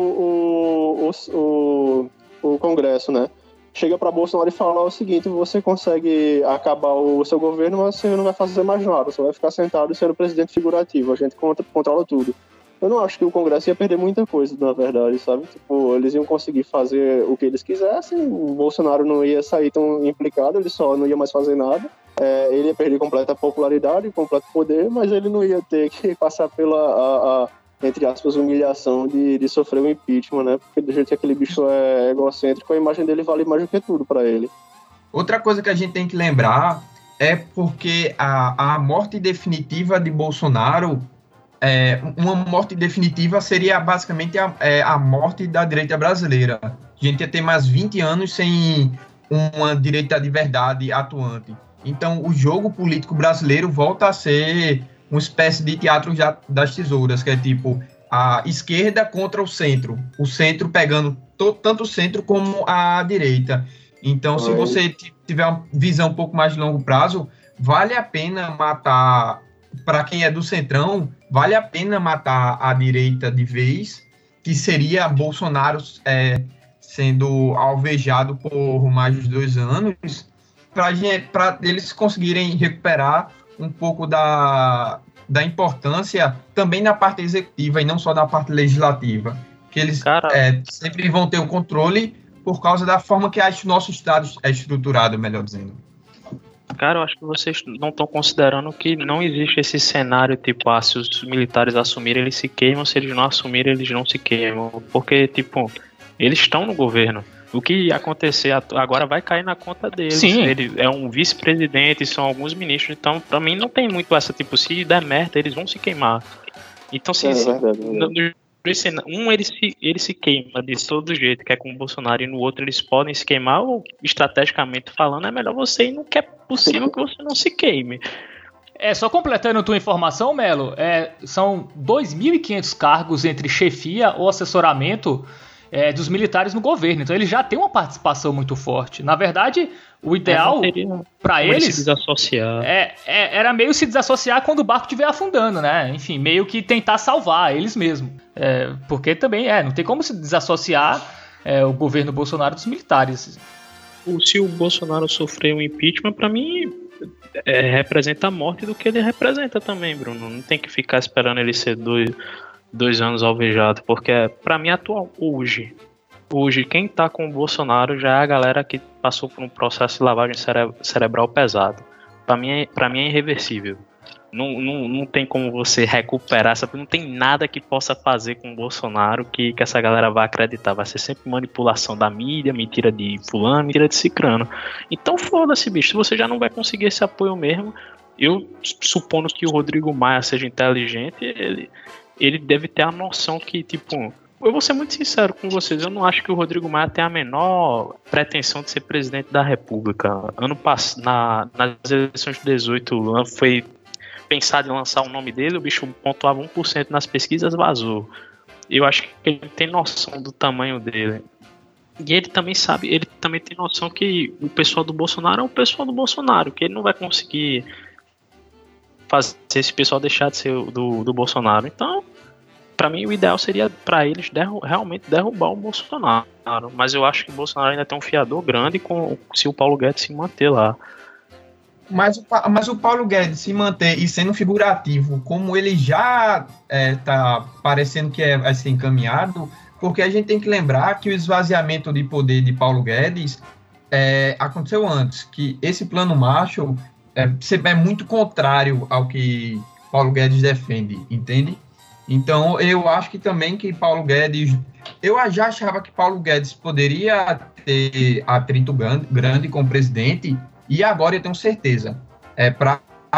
[SPEAKER 3] o Congresso, né, chega para Bolsonaro e fala o seguinte: você consegue acabar o seu governo, mas você não vai fazer mais nada, você vai ficar sentado sendo presidente figurativo, a gente controla tudo. Eu não acho que o Congresso ia perder muita coisa, na verdade, sabe? Tipo, eles iam conseguir fazer o que eles quisessem, o Bolsonaro não ia sair tão implicado, ele só não ia mais fazer nada. Ele ia perder completa popularidade, completo poder, mas ele não ia ter que passar pela, entre aspas, humilhação de sofrer um impeachment, né? Porque do jeito que aquele bicho é egocêntrico, a imagem dele vale mais do que tudo para ele.
[SPEAKER 2] Outra coisa que a gente tem que lembrar é porque a morte definitiva de Bolsonaro, uma morte definitiva seria basicamente a morte da direita brasileira. A gente ia ter mais 20 anos sem uma direita de verdade atuante. Então, o jogo político brasileiro volta a ser uma espécie de teatro das tesouras, que é tipo a esquerda contra o centro pegando tanto o centro como a direita. Então, se você tiver uma visão um pouco mais de longo prazo, vale a pena matar, para quem é do centrão, vale a pena matar a direita de vez, que seria Bolsonaro sendo alvejado por mais de 2 anos, para eles conseguirem recuperar um pouco da importância também na parte executiva e não só na parte legislativa, que eles sempre vão ter o controle por causa da forma que o nosso Estado é estruturado, melhor dizendo.
[SPEAKER 4] Cara, eu acho que vocês não estão considerando que não existe esse cenário tipo, se os militares assumirem, eles se queimam, se eles não assumirem, eles não se queimam, porque, tipo, eles estão no governo. O que acontecer agora vai cair na conta deles.
[SPEAKER 1] Sim.
[SPEAKER 4] Ele é um vice-presidente, são alguns ministros. Então, pra mim, não tem muito essa, tipo, se der merda, eles vão se queimar. Então, ele se queima de todo jeito, que é com o Bolsonaro, e no outro eles podem se queimar, ou estrategicamente falando, é melhor você ir no que é possível que você não se queime.
[SPEAKER 1] Só completando tua informação, Melo, são 2.500 cargos entre chefia ou assessoramento dos militares no governo, então eles já têm uma participação muito forte. Na verdade, o ideal para eles
[SPEAKER 4] se desassociar.
[SPEAKER 1] Era meio se desassociar quando o barco estiver afundando, né? Enfim, meio que tentar salvar eles mesmos. Porque também não tem como se desassociar o governo Bolsonaro dos militares.
[SPEAKER 4] Se o Bolsonaro sofrer um impeachment, para mim representa a morte do que ele representa também, Bruno. Não tem que ficar esperando ele ser 2 anos alvejado, porque pra mim atual hoje quem tá com o Bolsonaro já é a galera que passou por um processo de lavagem cerebral pesado. Pra mim é irreversível. Não tem como você recuperar, não tem nada que possa fazer com o Bolsonaro que essa galera vai acreditar. Vai ser sempre manipulação da mídia, mentira de fulano, mentira de cicrano. Então foda-se, bicho, você já não vai conseguir esse apoio mesmo. eu supondo que o Rodrigo Maia seja inteligente, ele deve ter a noção que, tipo, eu vou ser muito sincero com vocês, eu não acho que o Rodrigo Maia tem a menor pretensão de ser presidente da República. Ano passado, nas eleições de 18, foi pensado em lançar o nome dele, o bicho pontuava 1% nas pesquisas, vazou. Eu acho que ele tem noção do tamanho dele. E ele também sabe, ele também tem noção que o pessoal do Bolsonaro é o pessoal do Bolsonaro, que ele não vai conseguir fazer esse pessoal deixar de ser do Bolsonaro. Então, pra mim, o ideal seria pra eles realmente derrubar o Bolsonaro. Mas eu acho que o Bolsonaro ainda tem um fiador grande se o Paulo Guedes se manter lá.
[SPEAKER 2] Mas o Paulo Guedes se manter e sendo figurativo, como ele já tá parecendo que vai ser encaminhado, porque a gente tem que lembrar que o esvaziamento de poder de Paulo Guedes aconteceu antes, que esse plano Marshall é muito contrário ao que Paulo Guedes defende, entende? Então, eu acho que também que Paulo Guedes... Eu já achava que Paulo Guedes poderia ter atrito grande com o presidente, e agora eu tenho certeza, para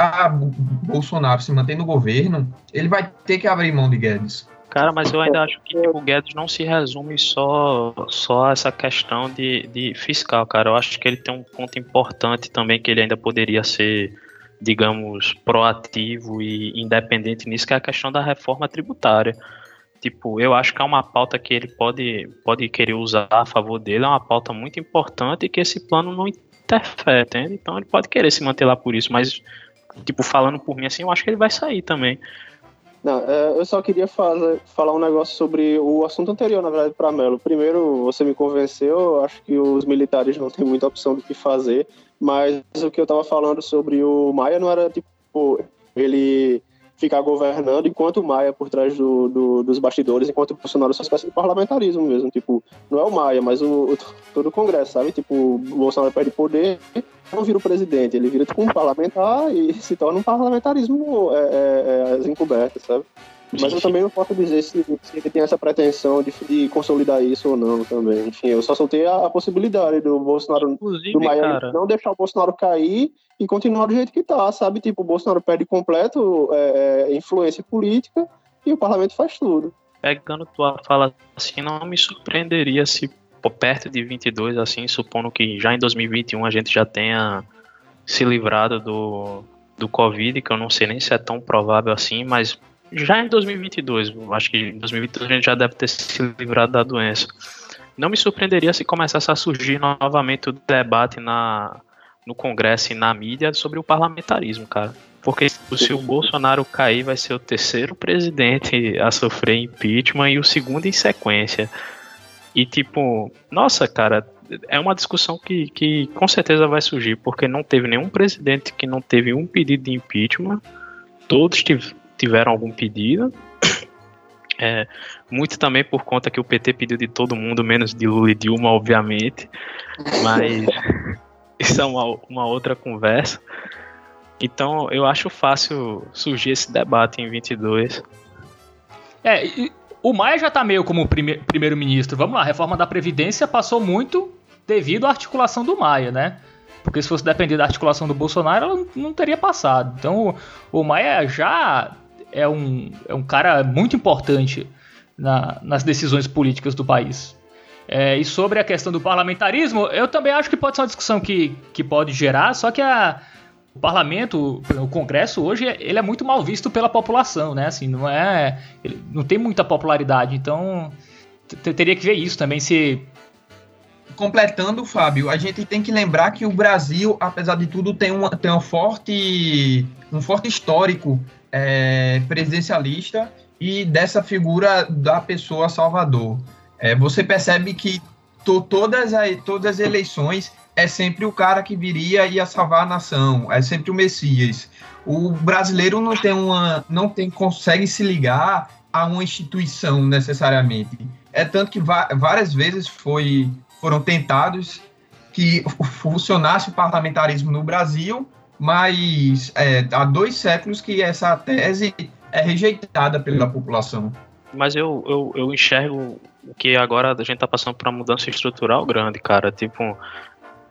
[SPEAKER 2] Bolsonaro se manter no governo, ele vai ter que abrir mão de Guedes.
[SPEAKER 4] Cara, mas eu ainda acho que o Guedes não se resume só a essa questão de fiscal, cara. Eu acho que ele tem um ponto importante também, que ele ainda poderia ser, digamos, proativo e independente nisso, que é a questão da reforma tributária. Tipo, eu acho que é uma pauta que ele pode querer usar a favor dele, é uma pauta muito importante e que esse plano não interfere, entende? Então ele pode querer se manter lá por isso, mas, tipo, falando por mim assim, eu acho que ele vai sair também.
[SPEAKER 3] Não, eu só queria falar um negócio sobre o assunto anterior, na verdade, para Melo. Primeiro, você me convenceu, eu acho que os militares não têm muita opção do que fazer, mas o que eu estava falando sobre o Maia não era, tipo, ele ficar governando enquanto o Maia por trás dos bastidores, enquanto o Bolsonaro só espécie de parlamentarismo mesmo, tipo, não é o Maia, mas todo o Congresso, sabe? Tipo, o Bolsonaro perde poder, não vira o presidente, ele vira tipo um parlamentar e se torna um parlamentarismo encoberto, sabe? Mas eu também não posso dizer se ele tem essa pretensão de consolidar isso ou não também. Enfim, eu só soltei a possibilidade do Bolsonaro,
[SPEAKER 4] inclusive,
[SPEAKER 3] do Maia,
[SPEAKER 4] cara,
[SPEAKER 3] não deixar o Bolsonaro cair e continuar do jeito que tá, sabe? Tipo, o Bolsonaro perde completo influência política e o parlamento faz tudo.
[SPEAKER 4] Pegando tua fala assim, não me surpreenderia se perto de 22, assim, supondo que já em 2021 a gente já tenha se livrado do Covid, que eu não sei nem se é tão provável assim, mas já em 2022, acho que em 2022 a gente já deve ter se livrado da doença. Não me surpreenderia se começasse a surgir novamente o debate no Congresso e na mídia sobre o parlamentarismo, cara. Porque se o Bolsonaro cair, vai ser o terceiro presidente a sofrer impeachment e o segundo em sequência. E tipo, nossa, cara, é uma discussão que com certeza vai surgir, porque não teve nenhum presidente que não teve um pedido de impeachment, todos tiveram algum pedido, muito também por conta que o PT pediu de todo mundo, menos de Lula e Dilma, obviamente, mas isso é uma outra conversa. Então eu acho fácil surgir esse debate em 22.
[SPEAKER 1] O Maia já tá meio como primeiro-ministro. Vamos lá, a reforma da Previdência passou muito devido à articulação do Maia, né? Porque se fosse depender da articulação do Bolsonaro, ela não teria passado. Então o Maia já é um cara muito importante nas decisões políticas do país. E sobre a questão do parlamentarismo, eu também acho que pode ser uma discussão que pode gerar, só que o parlamento, o Congresso hoje, ele é muito mal visto pela população, né? Assim, ele não tem muita popularidade, então teria que ver isso também.
[SPEAKER 2] Completando, Fábio, a gente tem que lembrar que o Brasil, apesar de tudo, tem um forte histórico presidencialista e dessa figura da pessoa Salvador. Você percebe que todas as eleições é sempre o cara que viria e ia salvar a nação, é sempre o Messias. O brasileiro não consegue se ligar a uma instituição necessariamente. Tanto que várias vezes foram tentados que funcionasse o parlamentarismo no Brasil, mas há 2 séculos que essa tese é rejeitada pela população.
[SPEAKER 4] Mas eu enxergo que agora a gente tá passando por uma mudança estrutural grande, cara. Tipo,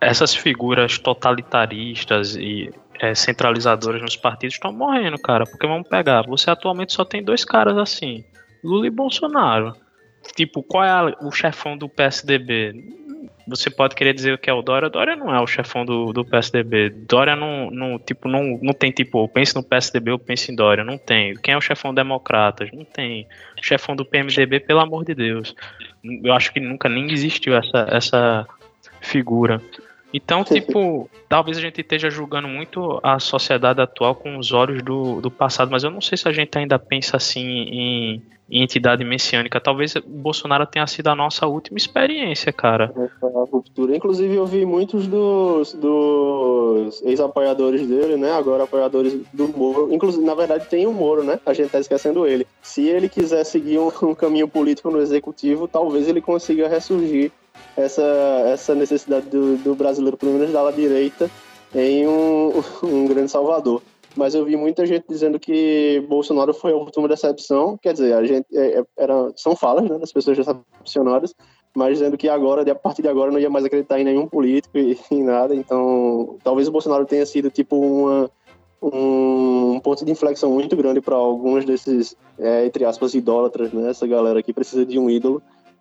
[SPEAKER 4] essas figuras totalitaristas e centralizadoras nos partidos estão morrendo, cara. Porque vamos pegar, você atualmente só tem 2 caras assim, Lula e Bolsonaro. Tipo, qual é o chefão do PSDB? Você pode querer dizer que é o Dória. Dória não é o chefão do PSDB. Dória não tem tipo, eu penso no PSDB, eu penso em Dória. Não tem. Quem é o chefão Democratas? Não tem. O chefão do PMDB, pelo amor de Deus. Eu acho que nunca nem existiu essa figura. Então, tipo, talvez a gente esteja julgando muito a sociedade atual com os olhos do passado, mas eu não sei se a gente ainda pensa assim em entidade messiânica. Talvez o Bolsonaro tenha sido a nossa última experiência, cara.
[SPEAKER 3] A ruptura. Inclusive, eu vi muitos dos ex-apoiadores dele, né? Agora apoiadores do Moro. Inclusive, na verdade, tem o Moro, né? A gente tá esquecendo ele. Se ele quiser seguir um caminho político no executivo, talvez ele consiga ressurgir essa necessidade do brasileiro, pelo menos da ala direita, em um grande salvador. Mas eu vi muita gente dizendo que Bolsonaro foi a última decepção. Quer dizer, a gente são falas, né, das pessoas decepcionadas, mas dizendo que agora, a partir de agora, não ia mais acreditar em nenhum político e em nada. Então, talvez o Bolsonaro tenha sido tipo um ponto de inflexão muito grande para alguns desses, entre aspas, idólatras, né? Essa galera que precisa de um ídolo.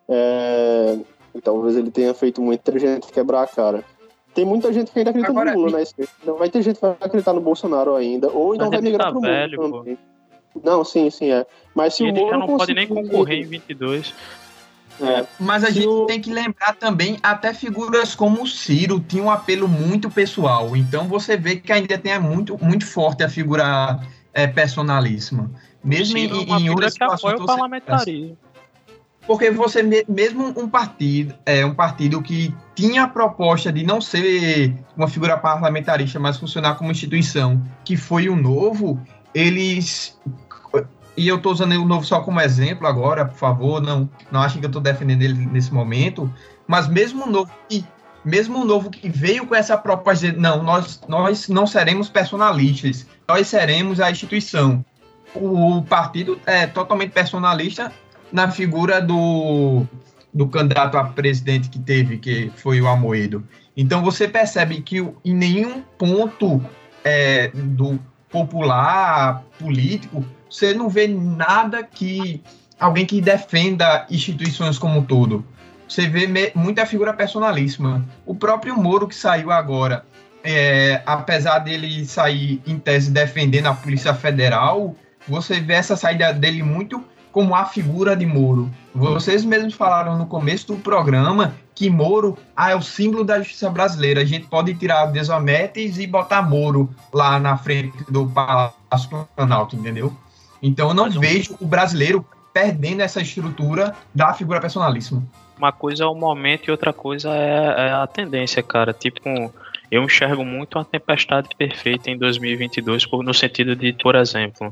[SPEAKER 3] E talvez ele tenha feito muita gente quebrar a cara. Tem muita gente que ainda acredita no Lula, né? Não vai ter gente que vai acreditar no Bolsonaro ainda, ou então vai migrar pro Moro também. Não, sim, é. Mas se o Moro
[SPEAKER 4] não pode nem concorrer em 22.
[SPEAKER 2] Mas a gente tem que lembrar também, até figuras como o Ciro tinham um apelo muito pessoal. Então você vê que ainda tem muito, muito forte a figura personalíssima. Mesmo em outras situações.
[SPEAKER 4] O parlamentarismo.
[SPEAKER 2] Porque você mesmo um partido que tinha a proposta de não ser uma figura parlamentarista, mas funcionar como instituição, que foi o Novo, eles... E eu estou usando o Novo só como exemplo agora, por favor, não achem que eu estou defendendo ele nesse momento, mas mesmo o Novo que veio com essa proposta de não, nós não seremos personalistas, nós seremos a instituição. O partido é totalmente personalista na figura do candidato a presidente que teve, que foi o Amoedo. Então você percebe que em nenhum ponto do popular, político, você não vê nada que alguém que defenda instituições como um todo. Você vê muita figura personalíssima. O próprio Moro que saiu agora, apesar dele sair em tese defendendo a Polícia Federal, você vê essa saída dele muito como a figura de Moro. Vocês mesmos falaram no começo do programa que Moro é o símbolo da justiça brasileira. A gente pode tirar Desometes e botar Moro lá na frente do Palácio Planalto, entendeu? Então eu não vejo o brasileiro perdendo essa estrutura da figura personalíssima.
[SPEAKER 4] Uma coisa é o momento e outra coisa é a tendência, cara. Tipo, eu enxergo muito a tempestade perfeita em 2022, no sentido de, por exemplo...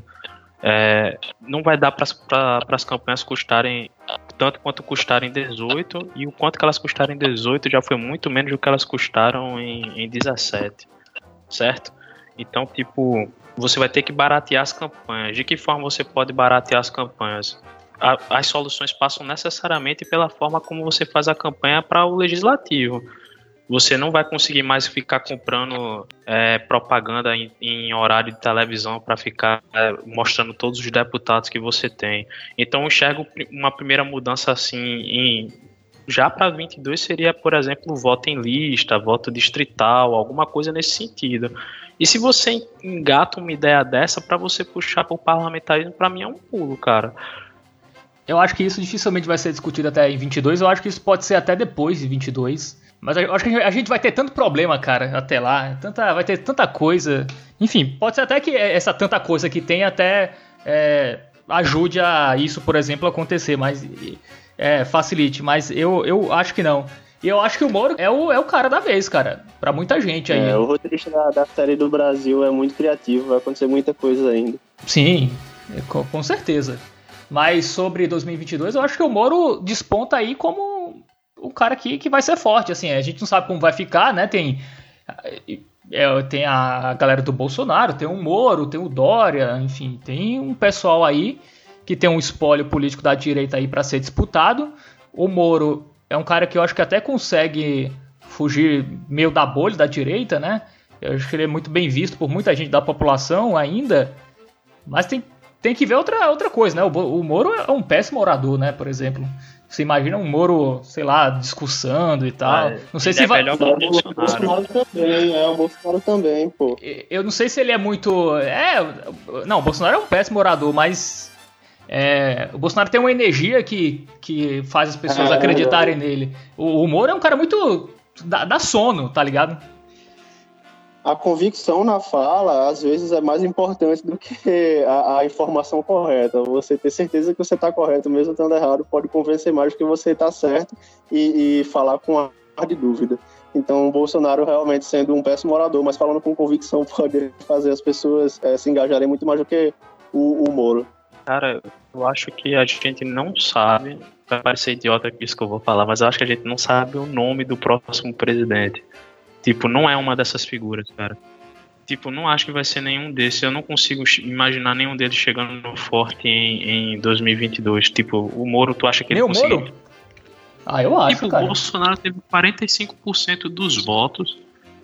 [SPEAKER 4] não vai dar para as campanhas custarem tanto quanto custaram em 18, e o quanto que elas custaram em 18 já foi muito menos do que elas custaram em 17, certo? Então, tipo, você vai ter que baratear as campanhas. De que forma você pode baratear as campanhas? As soluções passam necessariamente pela forma como você faz a campanha para o legislativo. Você não vai conseguir mais ficar comprando propaganda em horário de televisão para ficar mostrando todos os deputados que você tem. Então eu enxergo uma primeira mudança assim já para 22 seria, por exemplo, voto em lista, voto distrital, alguma coisa nesse sentido. E se você engata uma ideia dessa para você puxar para o parlamentarismo, para mim é um pulo, cara.
[SPEAKER 1] Eu acho que isso dificilmente vai ser discutido até em 22, eu acho que isso pode ser até depois de 22. Mas eu acho que a gente vai ter tanto problema, cara, até lá. Vai ter tanta coisa. Enfim, pode ser até que essa tanta coisa que tem até ajude a isso, por exemplo, acontecer. Mas facilite. Mas eu acho que não. E eu acho que o Moro é o cara da vez, cara. Pra muita gente aí.
[SPEAKER 3] O roteirista da série do Brasil é muito criativo. Vai acontecer muita coisa ainda.
[SPEAKER 1] Sim, com certeza. Mas sobre 2022, eu acho que o Moro desponta aí como o cara que vai ser forte, assim, a gente não sabe como vai ficar, né, tem a galera do Bolsonaro, tem o Moro, tem o Dória, enfim, tem um pessoal aí que tem um espólio político da direita aí para ser disputado. O Moro é um cara que eu acho que até consegue fugir meio da bolha da direita, né? Eu acho que ele é muito bem visto por muita gente da população ainda, mas tem que ver outra coisa, né? O Moro é um péssimo orador, né? Por exemplo, você imagina um Moro, sei lá, discursando e tal. Não sei se vai.
[SPEAKER 3] O Bolsonaro também, o Bolsonaro também, pô.
[SPEAKER 1] Eu não sei se ele é muito. Não, o Bolsonaro é um péssimo orador, mas o Bolsonaro tem uma energia que faz as pessoas acreditarem nele. O Moro é um cara muito. dá sono, tá ligado?
[SPEAKER 3] A convicção na fala, às vezes, é mais importante do que a informação correta. Você ter certeza que você está correto, mesmo estando errado, pode convencer mais do que você está certo e falar com ar de dúvida. Então, o Bolsonaro realmente sendo um péssimo orador, mas falando com convicção, pode fazer as pessoas se engajarem muito mais do que o Moro.
[SPEAKER 4] Cara, eu acho que a gente não sabe, vai parecer idiota isso que eu vou falar, mas eu acho que a gente não sabe o nome do próximo presidente. Tipo, não é uma dessas figuras, cara. Tipo, não acho que vai ser nenhum desses. Eu não consigo imaginar nenhum deles chegando no forte em 2022. Tipo, o Moro, tu acha que ele conseguiu?
[SPEAKER 1] Moro? Eu acho,
[SPEAKER 4] tipo,
[SPEAKER 1] cara.
[SPEAKER 4] O Bolsonaro teve 45% dos votos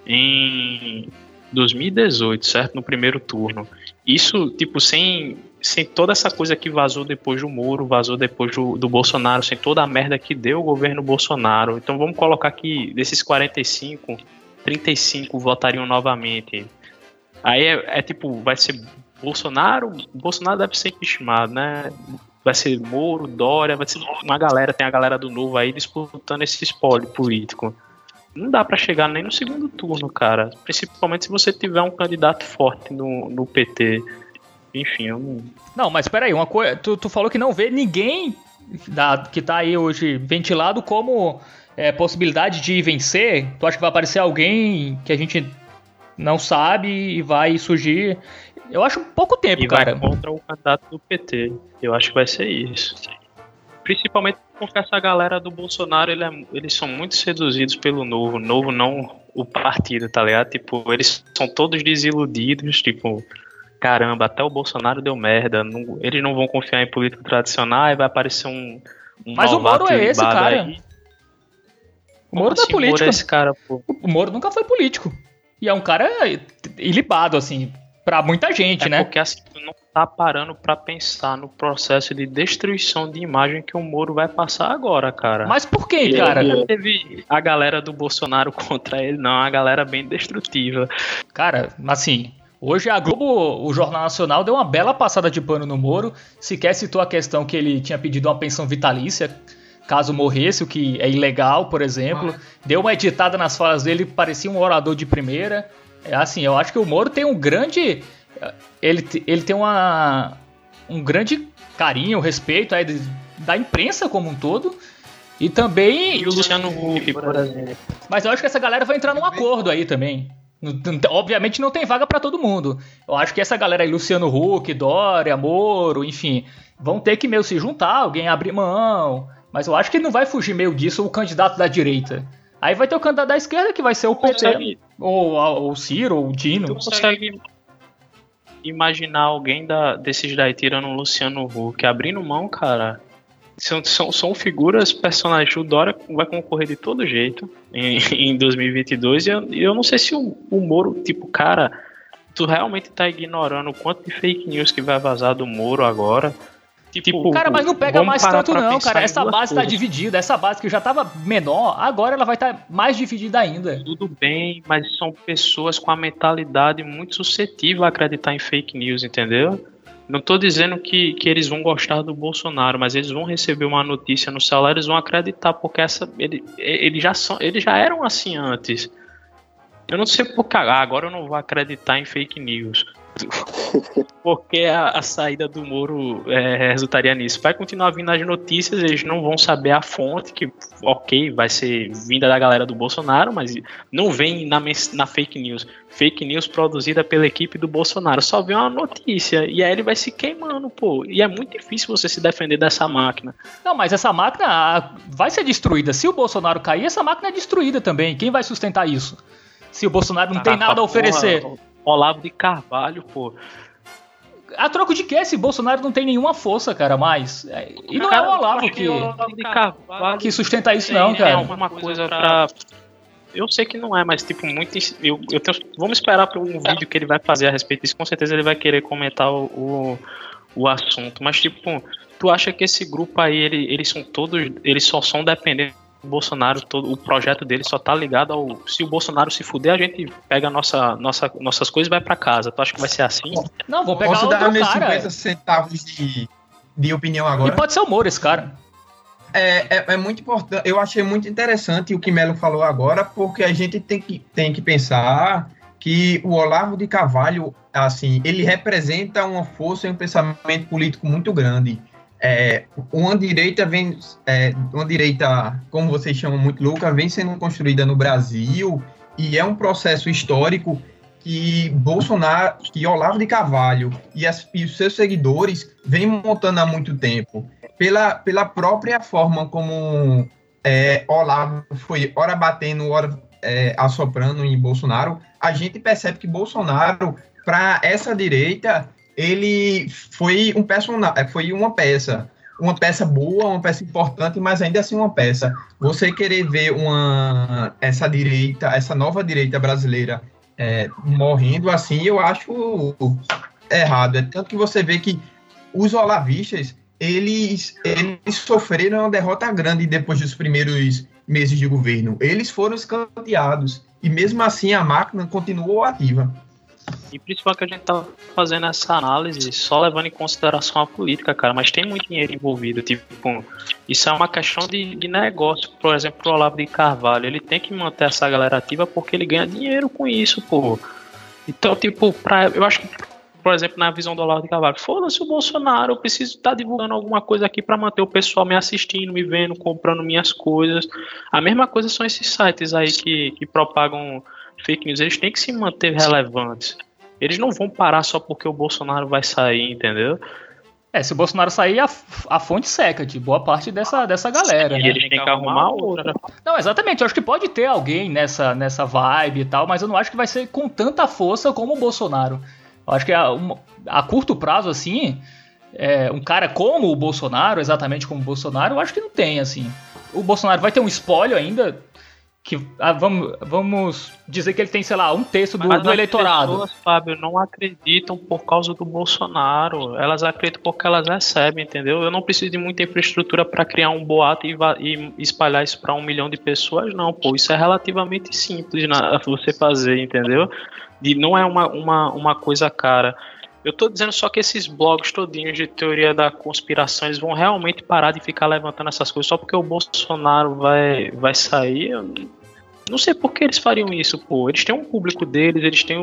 [SPEAKER 4] em 2018, certo? No primeiro turno. Isso, tipo, sem toda essa coisa que vazou depois do Moro, vazou depois do Bolsonaro, sem toda a merda que deu o governo Bolsonaro. Então vamos colocar que desses 45... 35 votariam novamente. Aí tipo, vai ser Bolsonaro deve ser impeachment, né? Vai ser Moro, Dória, vai ser uma galera, tem a galera do Novo aí disputando esse espólio político. Não dá pra chegar nem no segundo turno, cara. Principalmente se você tiver um candidato forte no PT. Enfim, eu não...
[SPEAKER 1] Não, mas peraí, uma coisa, tu falou que não vê ninguém que tá aí hoje ventilado como... possibilidade de vencer. Tu acha que vai aparecer alguém que a gente não sabe e vai surgir? Eu acho pouco tempo, cara.
[SPEAKER 4] Vai contra o candidato do PT. Eu acho que vai ser isso. Principalmente porque essa galera do Bolsonaro, eles são muito seduzidos pelo Novo. Novo não o partido, tá ligado? Tipo, eles são todos desiludidos, tipo... Caramba, até o Bolsonaro deu merda. Eles não vão confiar em político tradicional e vai aparecer um
[SPEAKER 1] Mas o Moro é esse, cara. Aí. O Moro não é político.
[SPEAKER 4] Moro é esse cara, pô?
[SPEAKER 1] O Moro nunca foi político. E é um cara ilibado, assim, pra muita gente, né?
[SPEAKER 4] Porque assim, tu não tá parando pra pensar no processo de destruição de imagem que o Moro vai passar agora, cara.
[SPEAKER 1] Mas por quê, cara?
[SPEAKER 4] Não teve a galera do Bolsonaro contra ele, não. A galera bem destrutiva.
[SPEAKER 1] Cara, assim... Hoje a Globo, o Jornal Nacional, deu uma bela passada de pano no Moro. Sequer citou a questão que ele tinha pedido uma pensão vitalícia caso morresse, o que é ilegal, por exemplo. Deu uma editada nas falas dele, parecia um orador de primeira. Assim, eu acho que o Moro tem um grande... Ele tem um grande carinho, respeito da imprensa como um todo. E também...
[SPEAKER 4] E o Luciano Huck, por exemplo.
[SPEAKER 1] Mas eu acho que essa galera vai entrar num acordo aí também. Obviamente não tem vaga pra todo mundo. Eu acho que essa galera aí, Luciano Huck, Dória, Moro, enfim, vão ter que meio se juntar, alguém abrir mão. Mas eu acho que não vai fugir meio disso o candidato da direita. Aí vai ter o candidato da esquerda que vai ser o PT, ou o Ciro, ou o Dino.
[SPEAKER 4] Tu consegue imaginar alguém desses daí tirando o Luciano Huck, abrindo mão, cara? São figuras, personagens. O Dória vai concorrer de todo jeito em 2022. E eu não sei se o Moro, tipo, cara, tu realmente tá ignorando o quanto de fake news que vai vazar do Moro agora. Tipo,
[SPEAKER 1] cara, mas não pega mais tanto não, cara. Essa base tá dividida. Essa base que já tava menor, agora ela vai estar mais dividida ainda.
[SPEAKER 4] Tudo bem, mas são pessoas com a mentalidade muito suscetível a acreditar em fake news, entendeu? Não tô dizendo que eles vão gostar do Bolsonaro, mas eles vão receber uma notícia no celular, eles vão acreditar, porque eles já eram assim antes. Eu não sei porque agora eu não vou acreditar em fake news. Porque a saída do Moro resultaria nisso. Vai continuar vindo as notícias, eles não vão saber a fonte, que ok, vai ser vinda da galera do Bolsonaro, mas não vem na fake news. Fake news produzida pela equipe do Bolsonaro. Só vem uma notícia e aí ele vai se queimando, pô. E é muito difícil você se defender dessa máquina.
[SPEAKER 1] Não, mas essa máquina vai ser destruída. Se o Bolsonaro cair, essa máquina é destruída também. Quem vai sustentar isso? Se o Bolsonaro não tem nada a oferecer.
[SPEAKER 4] Olavo de Carvalho, pô.
[SPEAKER 1] A troco de quê? Se Bolsonaro não tem nenhuma força, cara, mais. E não é o Olavo que sustenta isso, não, cara.
[SPEAKER 4] Alguma coisa pra Eu sei que não é, mas tipo, vamos esperar para um vídeo que ele vai fazer a respeito disso. Com certeza ele vai querer comentar o assunto. Mas tipo, tu acha que esse grupo aí, eles só são dependentes do Bolsonaro, o projeto dele só tá ligado ao... Se o Bolsonaro se fuder, a gente pega nossas coisas e vai para casa. Tu acha que vai ser assim?
[SPEAKER 1] Não, vou pegar
[SPEAKER 2] Posso
[SPEAKER 1] outro
[SPEAKER 2] dar meus
[SPEAKER 1] cara.
[SPEAKER 2] 50 centavos de opinião agora?
[SPEAKER 1] E pode ser o Moro, esse cara.
[SPEAKER 2] É muito importante. Eu achei muito interessante o que Melo falou agora, porque a gente tem que pensar que o Olavo de Carvalho, assim, ele representa uma força e um pensamento político muito grande. Uma direita, como vocês chamam muito louca, vem sendo construída no Brasil, e é um processo histórico que Olavo de Carvalho e os seus seguidores vêm montando há muito tempo. Pela própria forma como Olavo foi ora batendo, ora assoprando em Bolsonaro, a gente percebe que Bolsonaro, para essa direita, ele foi uma peça boa, uma peça importante, mas ainda assim uma peça. Você querer ver essa nova direita brasileira morrendo assim, eu acho errado. É tanto que você vê que os olavistas, eles sofreram uma derrota grande depois dos primeiros meses de governo. Eles foram escanteados e mesmo assim a máquina continuou ativa.
[SPEAKER 4] E principalmente que a gente tá fazendo essa análise só levando em consideração a política, cara, mas tem muito dinheiro envolvido, tipo, isso é uma questão de negócio. Por exemplo, o Olavo de Carvalho, ele tem que manter essa galera ativa porque ele ganha dinheiro com isso, pô. Então, tipo, eu acho que, por exemplo, na visão do Olavo de Carvalho, foda-se o Bolsonaro, eu preciso estar divulgando alguma coisa aqui para manter o pessoal me assistindo, me vendo, comprando minhas coisas. A mesma coisa são esses sites aí que propagam fake news, eles têm que se manter relevantes. Eles não vão parar só porque o Bolsonaro vai sair, entendeu?
[SPEAKER 1] Se o Bolsonaro sair, a fonte seca de boa parte dessa galera.
[SPEAKER 4] E
[SPEAKER 1] né?
[SPEAKER 4] eles têm que arrumar outra.
[SPEAKER 1] Não, exatamente. Eu acho que pode ter alguém nessa vibe e tal, mas eu não acho que vai ser com tanta força como o Bolsonaro. Eu acho que a curto prazo, assim, um cara como o Bolsonaro, exatamente como o Bolsonaro, eu acho que não tem, assim. O Bolsonaro vai ter um espólio ainda, que vamos dizer que ele tem, sei lá, um terço do eleitorado.
[SPEAKER 4] As pessoas, Fábio, não acreditam por causa do Bolsonaro. Elas acreditam porque elas recebem, entendeu? Eu não preciso de muita infraestrutura para criar um boato e espalhar isso para 1 milhão de pessoas, não, pô. Isso é relativamente simples você fazer, entendeu? E não é uma coisa cara. Eu tô dizendo só que esses blogs todinhos de teoria da conspiração, eles vão realmente parar de ficar levantando essas coisas só porque o Bolsonaro vai sair. Eu não sei por que eles fariam isso, pô. Eles têm um público deles, eles têm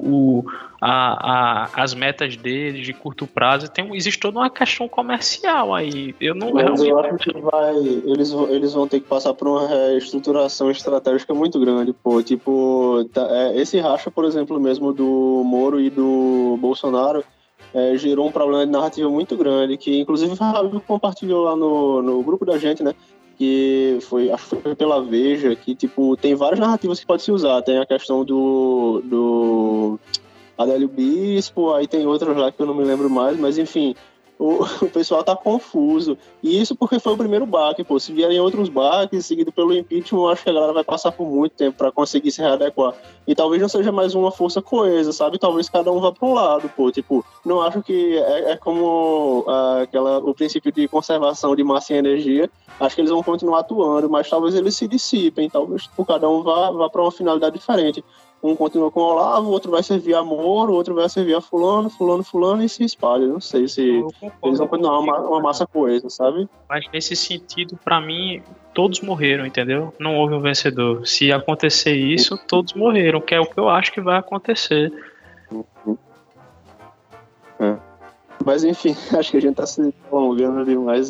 [SPEAKER 4] as metas deles de curto prazo. Existe toda uma questão comercial aí. Eu acho
[SPEAKER 3] que eles vão ter que passar por uma reestruturação estratégica muito grande, pô. Tipo, esse racha, por exemplo, mesmo do Moro e do Bolsonaro, gerou um problema de narrativa muito grande, que inclusive o Fábio compartilhou lá no grupo da gente, né? Que acho que foi pela Veja, que tipo, tem várias narrativas que pode se usar. Tem a questão do Adélio Bispo, aí tem outras lá que eu não me lembro mais, mas enfim, o pessoal tá confuso. E isso porque foi o primeiro baque, pô. Se vierem outros baques, seguido pelo impeachment, eu acho que a galera vai passar por muito tempo para conseguir se readequar. E talvez não seja mais uma força coesa, sabe? Talvez cada um vá para um lado, pô. Tipo, não acho que é como o princípio de conservação de massa e energia. Acho que eles vão continuar atuando, mas talvez eles se dissipem. Talvez cada um vá para uma finalidade diferente. Um continua com o Olavo, o outro vai servir a Moro, o outro vai servir a fulano e se espalha. Não sei se eles vão continuar uma massa coesa, sabe?
[SPEAKER 4] Mas nesse sentido, pra mim, todos morreram, entendeu? Não houve um vencedor. Se acontecer isso, todos morreram, que é o que eu acho que vai acontecer.
[SPEAKER 3] Mas enfim, acho que a gente tá se prolongando demais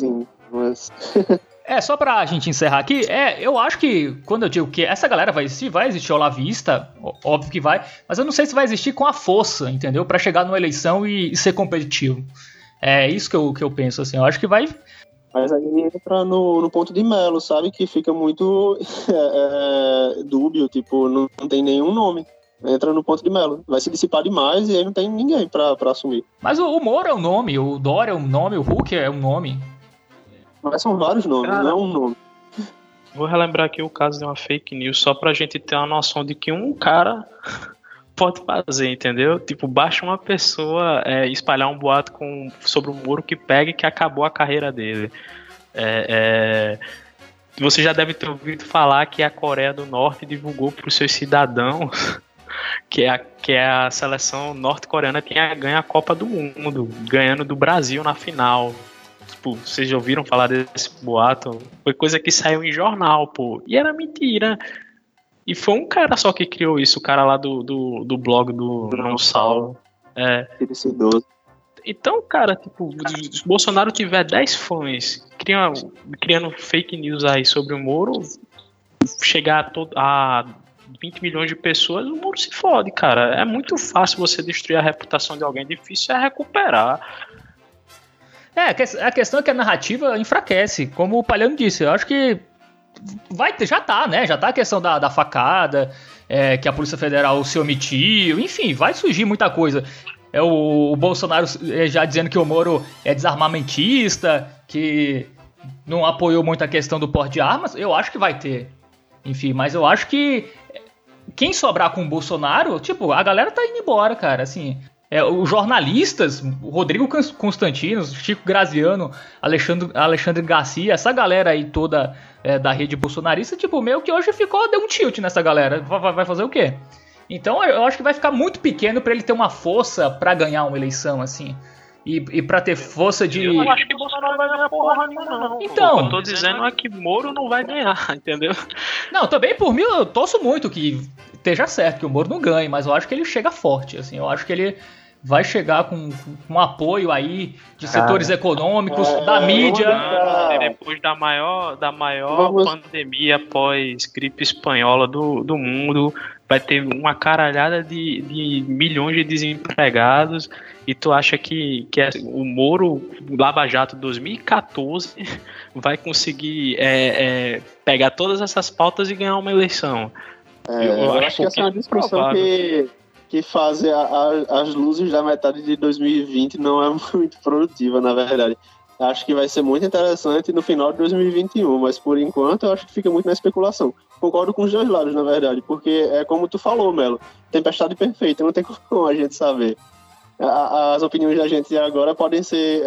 [SPEAKER 1] só pra gente encerrar aqui, eu acho que, quando eu digo que essa galera se vai existir olavista, óbvio que vai, mas eu não sei se vai existir com a força, entendeu? Pra chegar numa eleição e ser competitivo. É isso que eu penso, assim, eu acho que vai...
[SPEAKER 3] Mas aí entra no ponto de Melo, sabe? Que fica muito dúbio, tipo, não tem nenhum nome. Entra no ponto de Melo. Vai se dissipar demais e aí não tem ninguém pra assumir.
[SPEAKER 1] Mas o Moro é um nome, o Dória é um nome, o Huck é um nome.
[SPEAKER 3] Mas são vários nomes, não é um nome.
[SPEAKER 4] Vou relembrar aqui o caso de uma fake news só pra gente ter uma noção de que um cara pode fazer, entendeu? Tipo, basta uma pessoa espalhar um boato sobre o Moro que pega e que acabou a carreira dele. Você já deve ter ouvido falar que a Coreia do Norte divulgou para os seus cidadãos que a seleção norte-coreana tinha ganho a Copa do Mundo, ganhando do Brasil na final. Tipo, vocês já ouviram falar desse boato? Foi coisa que saiu em jornal, pô. E era mentira. E foi um cara só que criou isso, o cara lá do blog do Não Salvo.
[SPEAKER 3] Esse idoso.
[SPEAKER 4] Então, cara, tipo, se o Bolsonaro tiver 10 fãs criando fake news aí sobre o Moro, chegar a 20 milhões de pessoas, o Moro se fode, cara. É muito fácil você destruir a reputação de alguém, difícil é recuperar.
[SPEAKER 1] A questão é que a narrativa enfraquece, como o Palhano disse. Eu acho que já tá, né? Já tá a questão da facada, que a Polícia Federal se omitiu, enfim, vai surgir muita coisa. O Bolsonaro já dizendo que o Moro é desarmamentista, que não apoiou muito a questão do porte de armas. Eu acho que vai ter. Enfim, mas eu acho que quem sobrar com o Bolsonaro, tipo, a galera tá indo embora, cara, assim. Os jornalistas, o Rodrigo Constantino, Chico Graziano, Alexandre Garcia, essa galera aí toda da rede bolsonarista, tipo, meio que hoje deu um tilt nessa galera. Vai fazer o quê? Então eu acho que vai ficar muito pequeno pra ele ter uma força pra ganhar uma eleição, assim. E pra ter força de...
[SPEAKER 4] Eu não acho que Bolsonaro vai ganhar porra nenhuma, não.
[SPEAKER 1] Então,
[SPEAKER 4] o que eu tô dizendo é que Moro não vai ganhar, entendeu?
[SPEAKER 1] Não, também por mim eu torço muito que esteja certo, que o Moro não ganhe, mas eu acho que ele chega forte, assim. Eu acho que ele vai chegar com um apoio aí de setores econômicos, da mídia.
[SPEAKER 4] Depois da maior pandemia pós-gripe espanhola do mundo, vai ter uma caralhada de milhões de desempregados. E tu acha que o Moro, Lava Jato 2014, vai conseguir pegar todas essas pautas e ganhar uma eleição?
[SPEAKER 3] Eu acho que essa é uma discussão que fazer as luzes da metade de 2020 não é muito produtiva, na verdade. Acho que vai ser muito interessante no final de 2021, mas por enquanto eu acho que fica muito na especulação. Concordo com os dois lados, na verdade, porque é como tu falou, Melo, tempestade perfeita, não tem como a gente saber. As opiniões da gente agora podem se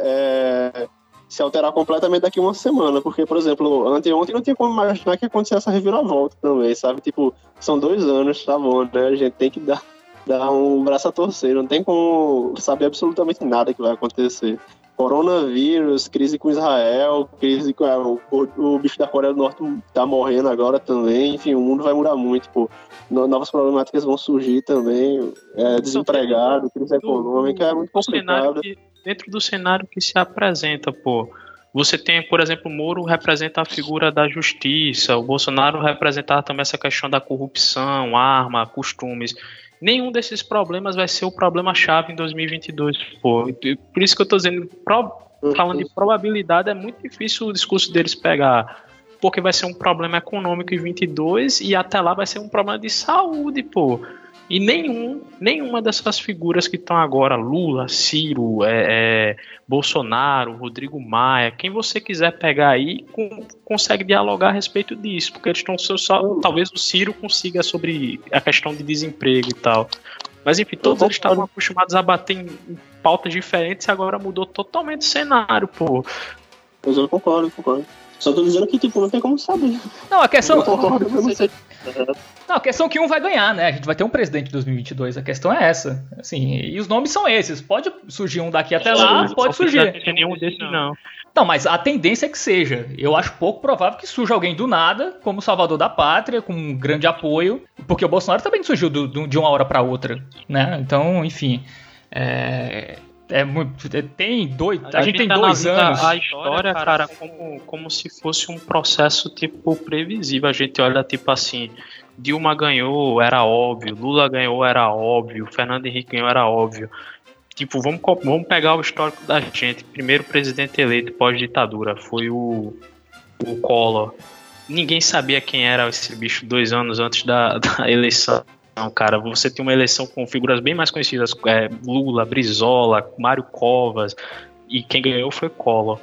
[SPEAKER 3] alterar completamente daqui a uma semana, porque, por exemplo, anteontem não tinha como imaginar que ia acontecer essa reviravolta também, sabe? Tipo, são 2 anos, tá bom, né? A gente tem que dar um braço a torcer, não tem como saber absolutamente nada que vai acontecer. Coronavírus, crise com Israel, crise com o bicho da Coreia do Norte tá morrendo agora também, enfim, o mundo vai mudar muito, pô. Novas problemáticas vão surgir também, desempregado, crise econômica, é muito complicado.
[SPEAKER 4] Dentro do cenário que se apresenta, pô, você tem, por exemplo, o Moro representa a figura da justiça, o Bolsonaro representava também essa questão da corrupção, arma, costumes. Nenhum desses problemas vai ser o problema-chave em 2022, pô. Por isso que eu tô dizendo, falando de probabilidade, é muito difícil o discurso deles pegar, porque vai ser um problema econômico em 22 e até lá vai ser um problema de saúde, pô. E nenhuma dessas figuras que estão agora, Lula, Ciro, Bolsonaro, Rodrigo Maia, quem você quiser pegar aí, consegue dialogar a respeito disso, porque eles estão talvez o Ciro consiga sobre a questão de desemprego e tal. Mas enfim, todos eles estavam acostumados a bater em pautas diferentes e agora mudou totalmente o cenário, pô.
[SPEAKER 3] Mas eu concordo. Só tô dizendo que, tipo, não tem como saber.
[SPEAKER 1] Não, a questão...
[SPEAKER 3] Eu não sei.
[SPEAKER 1] Não, a questão é que um vai ganhar, né? A gente vai ter um presidente em 2022. A questão é essa. Assim, e os nomes são esses. Pode surgir um daqui até lá, pode surgir.
[SPEAKER 4] Não tem nenhum desses, não.
[SPEAKER 1] Não, mas a tendência é que seja. Eu acho pouco provável que surja alguém do nada, como Salvador da Pátria, com um grande apoio. Porque o Bolsonaro também surgiu de uma hora para outra, né? Então, enfim... A gente tem 2 anos.
[SPEAKER 4] A história, cara, como se fosse um processo, tipo, previsível. A gente olha, tipo assim, Dilma ganhou, era óbvio. Lula ganhou, era óbvio. Fernando Henrique ganhou, era óbvio. Tipo, vamos pegar o histórico da gente. Primeiro presidente eleito pós-ditadura foi o Collor. Ninguém sabia quem era esse bicho 2 anos antes da eleição. Não, cara, você tem uma eleição com figuras bem mais conhecidas, Lula, Brizola, Mário Covas, e quem ganhou foi Collor.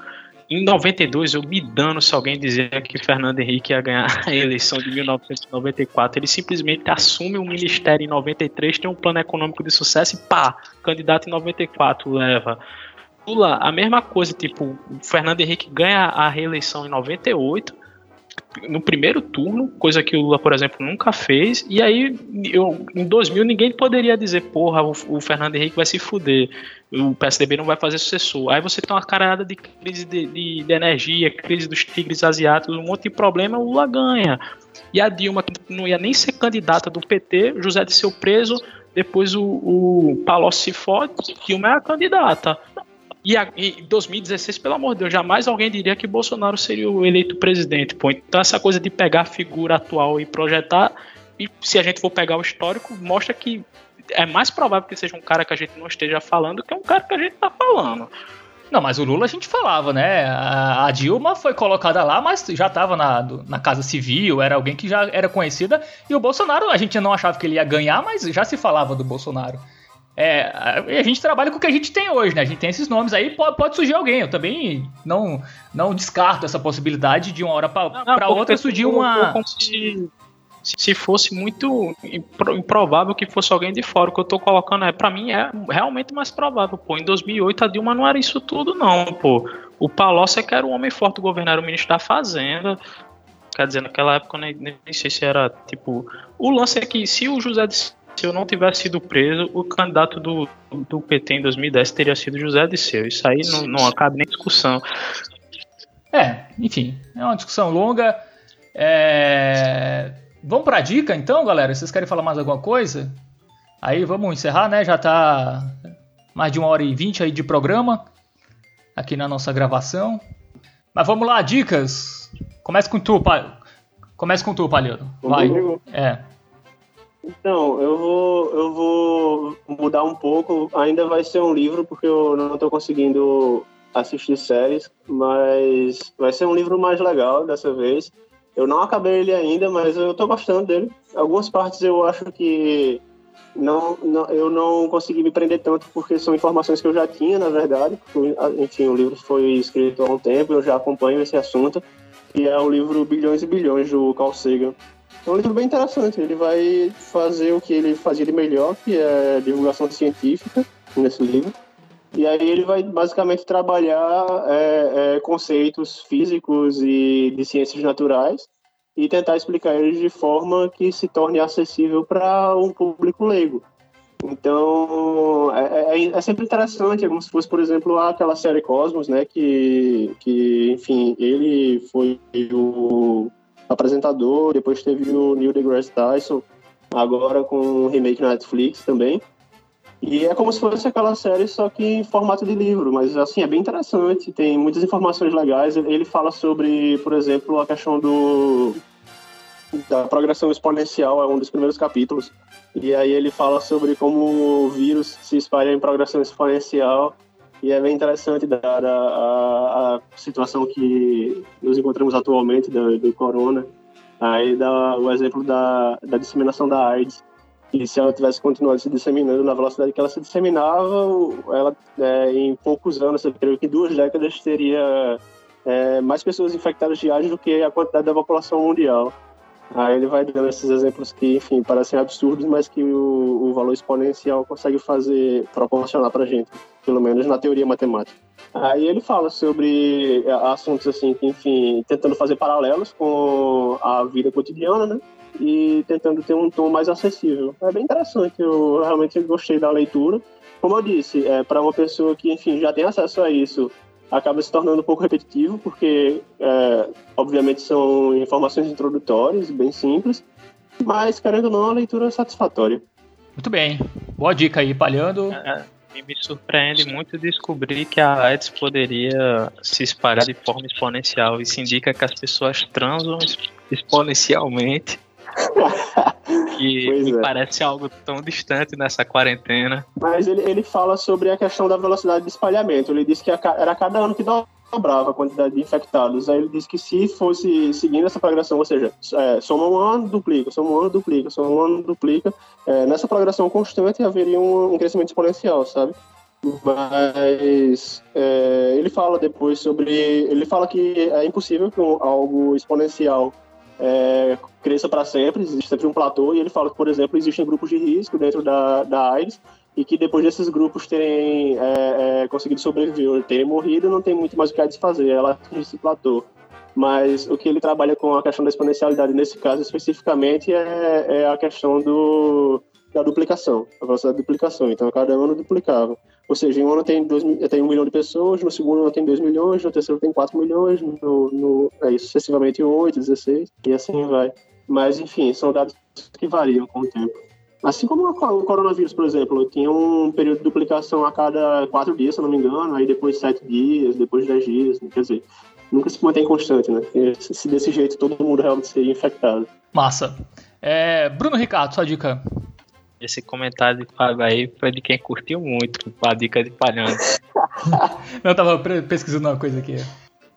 [SPEAKER 4] em 92 eu me dano se alguém dizer que Fernando Henrique ia ganhar a eleição de 1994. Ele simplesmente assume o ministério em 93, tem um plano econômico de sucesso e pá, candidato em 94 leva. Lula, a mesma coisa, tipo, o Fernando Henrique ganha a reeleição em 98, no primeiro turno, coisa que o Lula, por exemplo, nunca fez, e aí em 2000 ninguém poderia dizer, porra, o Fernando Henrique vai se fuder, o PSDB não vai fazer sucessor. Aí você tem uma carada de crise de energia, crise dos tigres asiáticos, um monte de problema, o Lula ganha. E a Dilma, que não ia nem ser candidata do PT, José Dirceu preso, depois o Palocci se fode, Dilma é a candidata. E em 2016, pelo amor de Deus, jamais alguém diria que Bolsonaro seria o eleito presidente. Pô. Então essa coisa de pegar a figura atual e projetar, e se a gente for pegar o histórico, mostra que é mais provável que seja um cara que a gente não esteja falando que um cara que a gente está falando.
[SPEAKER 1] Não, mas o Lula a gente falava, né? A Dilma foi colocada lá, mas já estava na Casa Civil, era alguém que já era conhecida. E o Bolsonaro, a gente não achava que ele ia ganhar, mas já se falava do Bolsonaro. A gente trabalha com o que a gente tem hoje, né? A gente tem esses nomes aí, pode surgir alguém. Eu também não descarto essa possibilidade de uma hora para outra surgir uma...
[SPEAKER 4] Como se fosse muito improvável que fosse alguém de fora. O que eu tô colocando pra mim é realmente mais provável, pô. Em 2008 a Dilma não era isso tudo, não, pô. O Palocci que era o homem forte do governo, era o ministro da Fazenda. Quer dizer, naquela época eu nem sei se era, tipo... O lance é que se o José Dirceu não tivesse sido preso, o candidato do PT em 2010 teria sido José Dirceu. Isso aí não cabe nem discussão.
[SPEAKER 1] Enfim, é uma discussão longa. Vamos pra dica então, galera? Vocês querem falar mais alguma coisa? Aí vamos encerrar, né? Já tá mais de 1h20 aí de programa aqui na nossa gravação. Mas vamos lá, dicas. Começa com tu, Palhano. Vai.
[SPEAKER 3] Então, eu vou mudar um pouco. Ainda vai ser um livro, porque eu não estou conseguindo assistir séries, mas vai ser um livro mais legal dessa vez. Eu não acabei ele ainda, mas eu estou gostando dele. Algumas partes eu acho que eu não consegui me prender tanto, porque são informações que eu já tinha, na verdade. Enfim, o livro foi escrito há um tempo, eu já acompanho esse assunto, que é o livro Bilhões e Bilhões, do Carl Sagan. É um livro bem interessante, ele vai fazer o que ele fazia de melhor, que é divulgação científica, nesse livro. E aí ele vai basicamente trabalhar conceitos físicos e de ciências naturais e tentar explicar eles de forma que se torne acessível para um público leigo. Então, é sempre interessante, é como se fosse, por exemplo, aquela série Cosmos, né, que enfim, ele foi o apresentador, depois teve o Neil deGrasse Tyson, agora com o remake na Netflix também. E é como se fosse aquela série, só que em formato de livro, mas assim, é bem interessante, tem muitas informações legais. Ele fala sobre, por exemplo, a questão da progressão exponencial, é um dos primeiros capítulos, e aí ele fala sobre como o vírus se espalha em progressão exponencial, e é bem interessante, dada a situação que nos encontramos atualmente do corona. Aí dá o exemplo da disseminação da AIDS, e se ela tivesse continuado se disseminando na velocidade que ela se disseminava, ela em poucos anos, eu creio que 2 décadas, teria mais pessoas infectadas de AIDS do que a quantidade da população mundial. Aí ele vai dando esses exemplos que, enfim, parecem absurdos, mas que o valor exponencial consegue proporcionar pra gente, pelo menos na teoria matemática. Aí ele fala sobre assuntos assim, que, enfim, tentando fazer paralelos com a vida cotidiana, né? E tentando ter um tom mais acessível. É bem interessante, eu realmente gostei da leitura. Como eu disse, para uma pessoa que, enfim, já tem acesso a isso, acaba se tornando um pouco repetitivo, porque, obviamente, são informações introdutórias, bem simples, mas, querendo ou não, a leitura é satisfatória.
[SPEAKER 1] Muito bem. Boa dica aí, Palhando.
[SPEAKER 4] Me surpreende muito descobrir que a AIDS poderia se espalhar de forma exponencial. Isso indica que as pessoas transam exponencialmente. Que me parece algo tão distante nessa quarentena.
[SPEAKER 3] Mas ele fala sobre a questão da velocidade de espalhamento. Ele disse que era cada ano que dobrava a quantidade de infectados. Aí ele disse que se fosse seguindo essa progressão, ou seja, soma um ano, duplica, soma um ano, duplica, soma um ano, duplica, nessa progressão constante haveria um crescimento exponencial, sabe? Mas ele fala depois sobre... Ele fala que é impossível que algo exponencial cresça para sempre, existe sempre um platô, e ele fala que, por exemplo, existem grupos de risco dentro da AIDS, e que depois desses grupos terem conseguido sobreviver ou terem morrido, não tem muito mais o que há de se fazer, ela atinge esse platô. Mas o que ele trabalha com a questão da exponencialidade, nesse caso especificamente, é a questão da duplicação, a velocidade da duplicação. Então, a cada ano duplicava. Ou seja, em um ano tem 1 milhão de pessoas, no segundo ano tem 2 milhões, no terceiro tem 4 milhões, sucessivamente 8, 16, e assim vai. Mas, enfim, são dados que variam com o tempo. Assim como o coronavírus, por exemplo, tinha um período de duplicação a cada 4 dias, se eu não me engano, aí depois 7 dias, depois 10 dias, quer dizer, nunca se mantém constante, né? Se desse jeito todo mundo realmente seria infectado.
[SPEAKER 1] Massa. Bruno Ricardo, sua dica.
[SPEAKER 4] Esse comentário de Fábio aí foi de quem curtiu muito a dica de Palhando.
[SPEAKER 1] Eu tava pesquisando uma coisa aqui.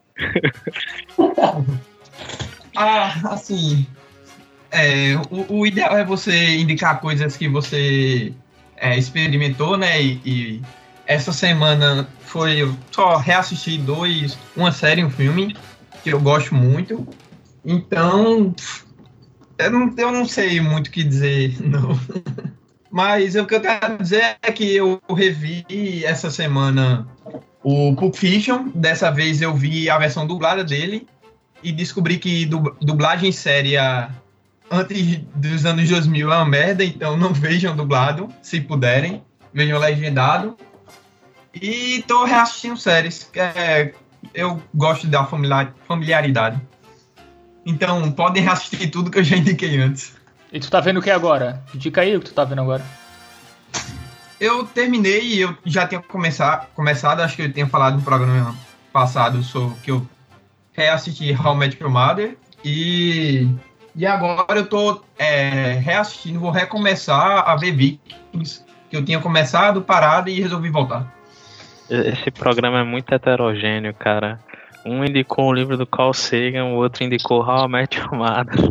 [SPEAKER 2] Assim, o ideal é você indicar coisas que você experimentou, né? E essa semana eu só reassisti uma série, um filme, que eu gosto muito. Então, eu não sei muito o que dizer, não. Mas o que eu quero dizer é que eu revi essa semana o Pulp Fiction. Dessa vez eu vi a versão dublada dele e descobri que dublagem séria antes dos anos 2000 é uma merda, então não vejam dublado, se puderem, vejam legendado. E tô reassistindo séries, eu gosto da familiaridade. Então podem reassistir tudo que eu já indiquei antes.
[SPEAKER 1] E tu tá vendo o que agora? Dica aí o que tu tá vendo agora.
[SPEAKER 2] Eu terminei e eu já tinha começado, acho que eu tinha falado no programa passado sobre que eu reassisti How I Met Your Mother e agora eu tô reassistindo, vou recomeçar a ver Vikings, que eu tinha começado, parado e resolvi voltar.
[SPEAKER 4] Esse programa é muito heterogêneo, cara. Um indicou o livro do Carl Sagan, o outro indicou How I Met Your Mother.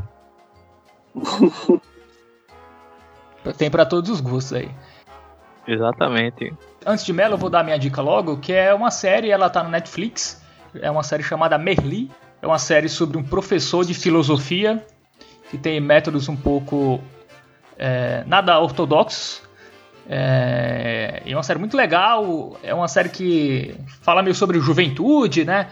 [SPEAKER 1] Tem pra todos os gostos aí.
[SPEAKER 4] Exatamente.
[SPEAKER 1] Antes de Melo, eu vou dar minha dica logo, que é uma série, ela tá no Netflix. É uma série chamada Merli. É uma série sobre um professor de filosofia que tem métodos um pouco nada ortodoxos. É uma série muito legal. É uma série que fala meio sobre juventude, né?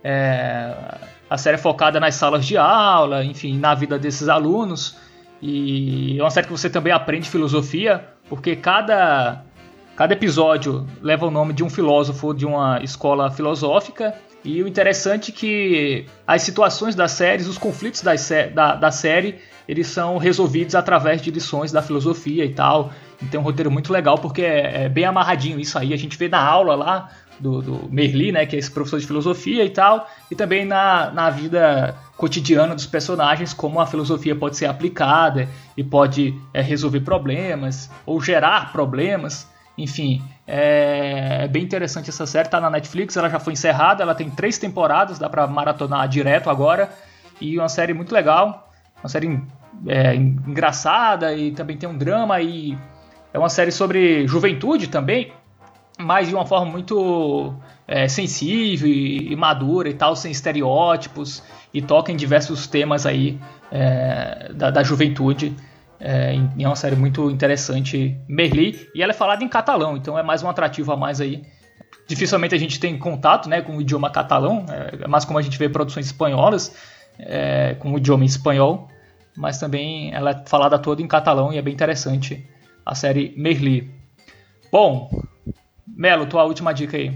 [SPEAKER 1] A série é focada nas salas de aula, enfim, na vida desses alunos. E é uma série que você também aprende filosofia, porque cada episódio leva o nome de um filósofo de uma escola filosófica. E o interessante é que as situações das séries, os conflitos da série, eles são resolvidos através de lições da filosofia e tal. Então é um roteiro muito legal, porque é bem amarradinho isso aí. A gente vê na aula lá do Merli, né, que é esse professor de filosofia e tal, e também na vida cotidiana dos personagens, como a filosofia pode ser aplicada e pode resolver problemas ou gerar problemas. Enfim, é bem interessante essa série, tá na Netflix, ela já foi encerrada, ela tem 3 temporadas, dá pra maratonar direto agora, e uma série muito legal, uma série engraçada e também tem um drama, e é uma série sobre juventude também, mas de uma forma muito sensível e madura e tal, sem estereótipos, e toca em diversos temas aí da juventude. É uma série muito interessante, Merli, e ela é falada em catalão, então é mais um atrativo a mais aí. Dificilmente a gente tem contato, né, com o idioma catalão, é mais como a gente vê produções espanholas com o idioma em espanhol, mas também ela é falada toda em catalão e é bem interessante a série Merli. Bom, Melo, tua última dica aí.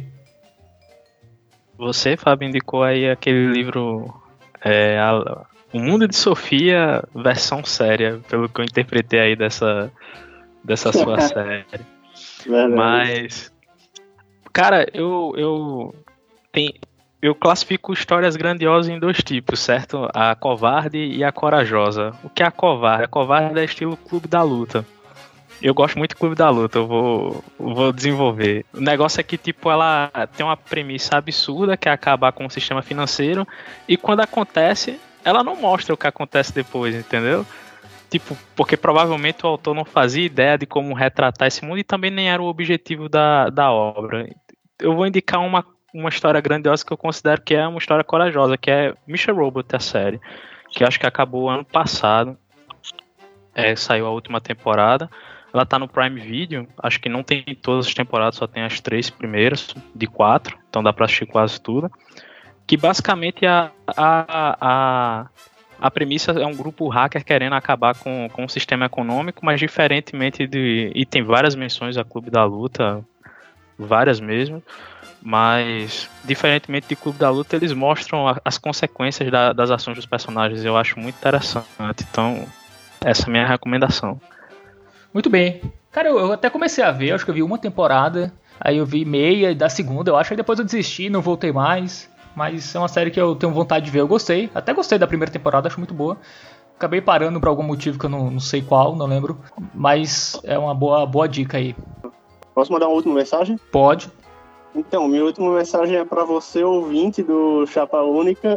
[SPEAKER 4] Você, Fábio, indicou aí aquele livro O Mundo de Sofia, versão séria, pelo que eu interpretei aí dessa sua série. Mas, cara, eu classifico histórias grandiosas em 2 tipos, certo? A covarde e a corajosa. O que é a covarde? A covarde é estilo Clube da Luta. Eu gosto muito do Clube da Luta, eu vou desenvolver. O negócio é que, tipo, ela tem uma premissa absurda, que é acabar com o sistema financeiro, e quando acontece, ela não mostra o que acontece depois, entendeu? Tipo, porque provavelmente o autor não fazia ideia de como retratar esse mundo e também nem era o objetivo da obra. Eu vou indicar uma história grandiosa que eu considero que é uma história corajosa, que é Mr. Robot, a série, que acho que acabou ano passado. Saiu a última temporada. Ela tá no Prime Video, acho que não tem todas as temporadas, só tem as 3 primeiras, de 4, então dá pra assistir quase tudo. Que basicamente a premissa é um grupo hacker querendo acabar com o sistema econômico, mas diferentemente e tem várias menções a Clube da Luta, várias mesmo, mas diferentemente de Clube da Luta, eles mostram as consequências das ações dos personagens. Eu acho muito interessante, então essa é a minha recomendação.
[SPEAKER 1] Muito bem. Cara, eu até comecei a ver, acho que eu vi uma temporada, aí eu vi meia da segunda, eu acho, aí depois eu desisti, não voltei mais. Mas é uma série que eu tenho vontade de ver, eu gostei. Até gostei da primeira temporada, acho muito boa. Acabei parando por algum motivo que eu não sei qual, não lembro. Mas é uma boa dica aí.
[SPEAKER 3] Posso mandar uma última mensagem?
[SPEAKER 1] Pode.
[SPEAKER 3] Então, minha última mensagem é para você, ouvinte do Chapa Única.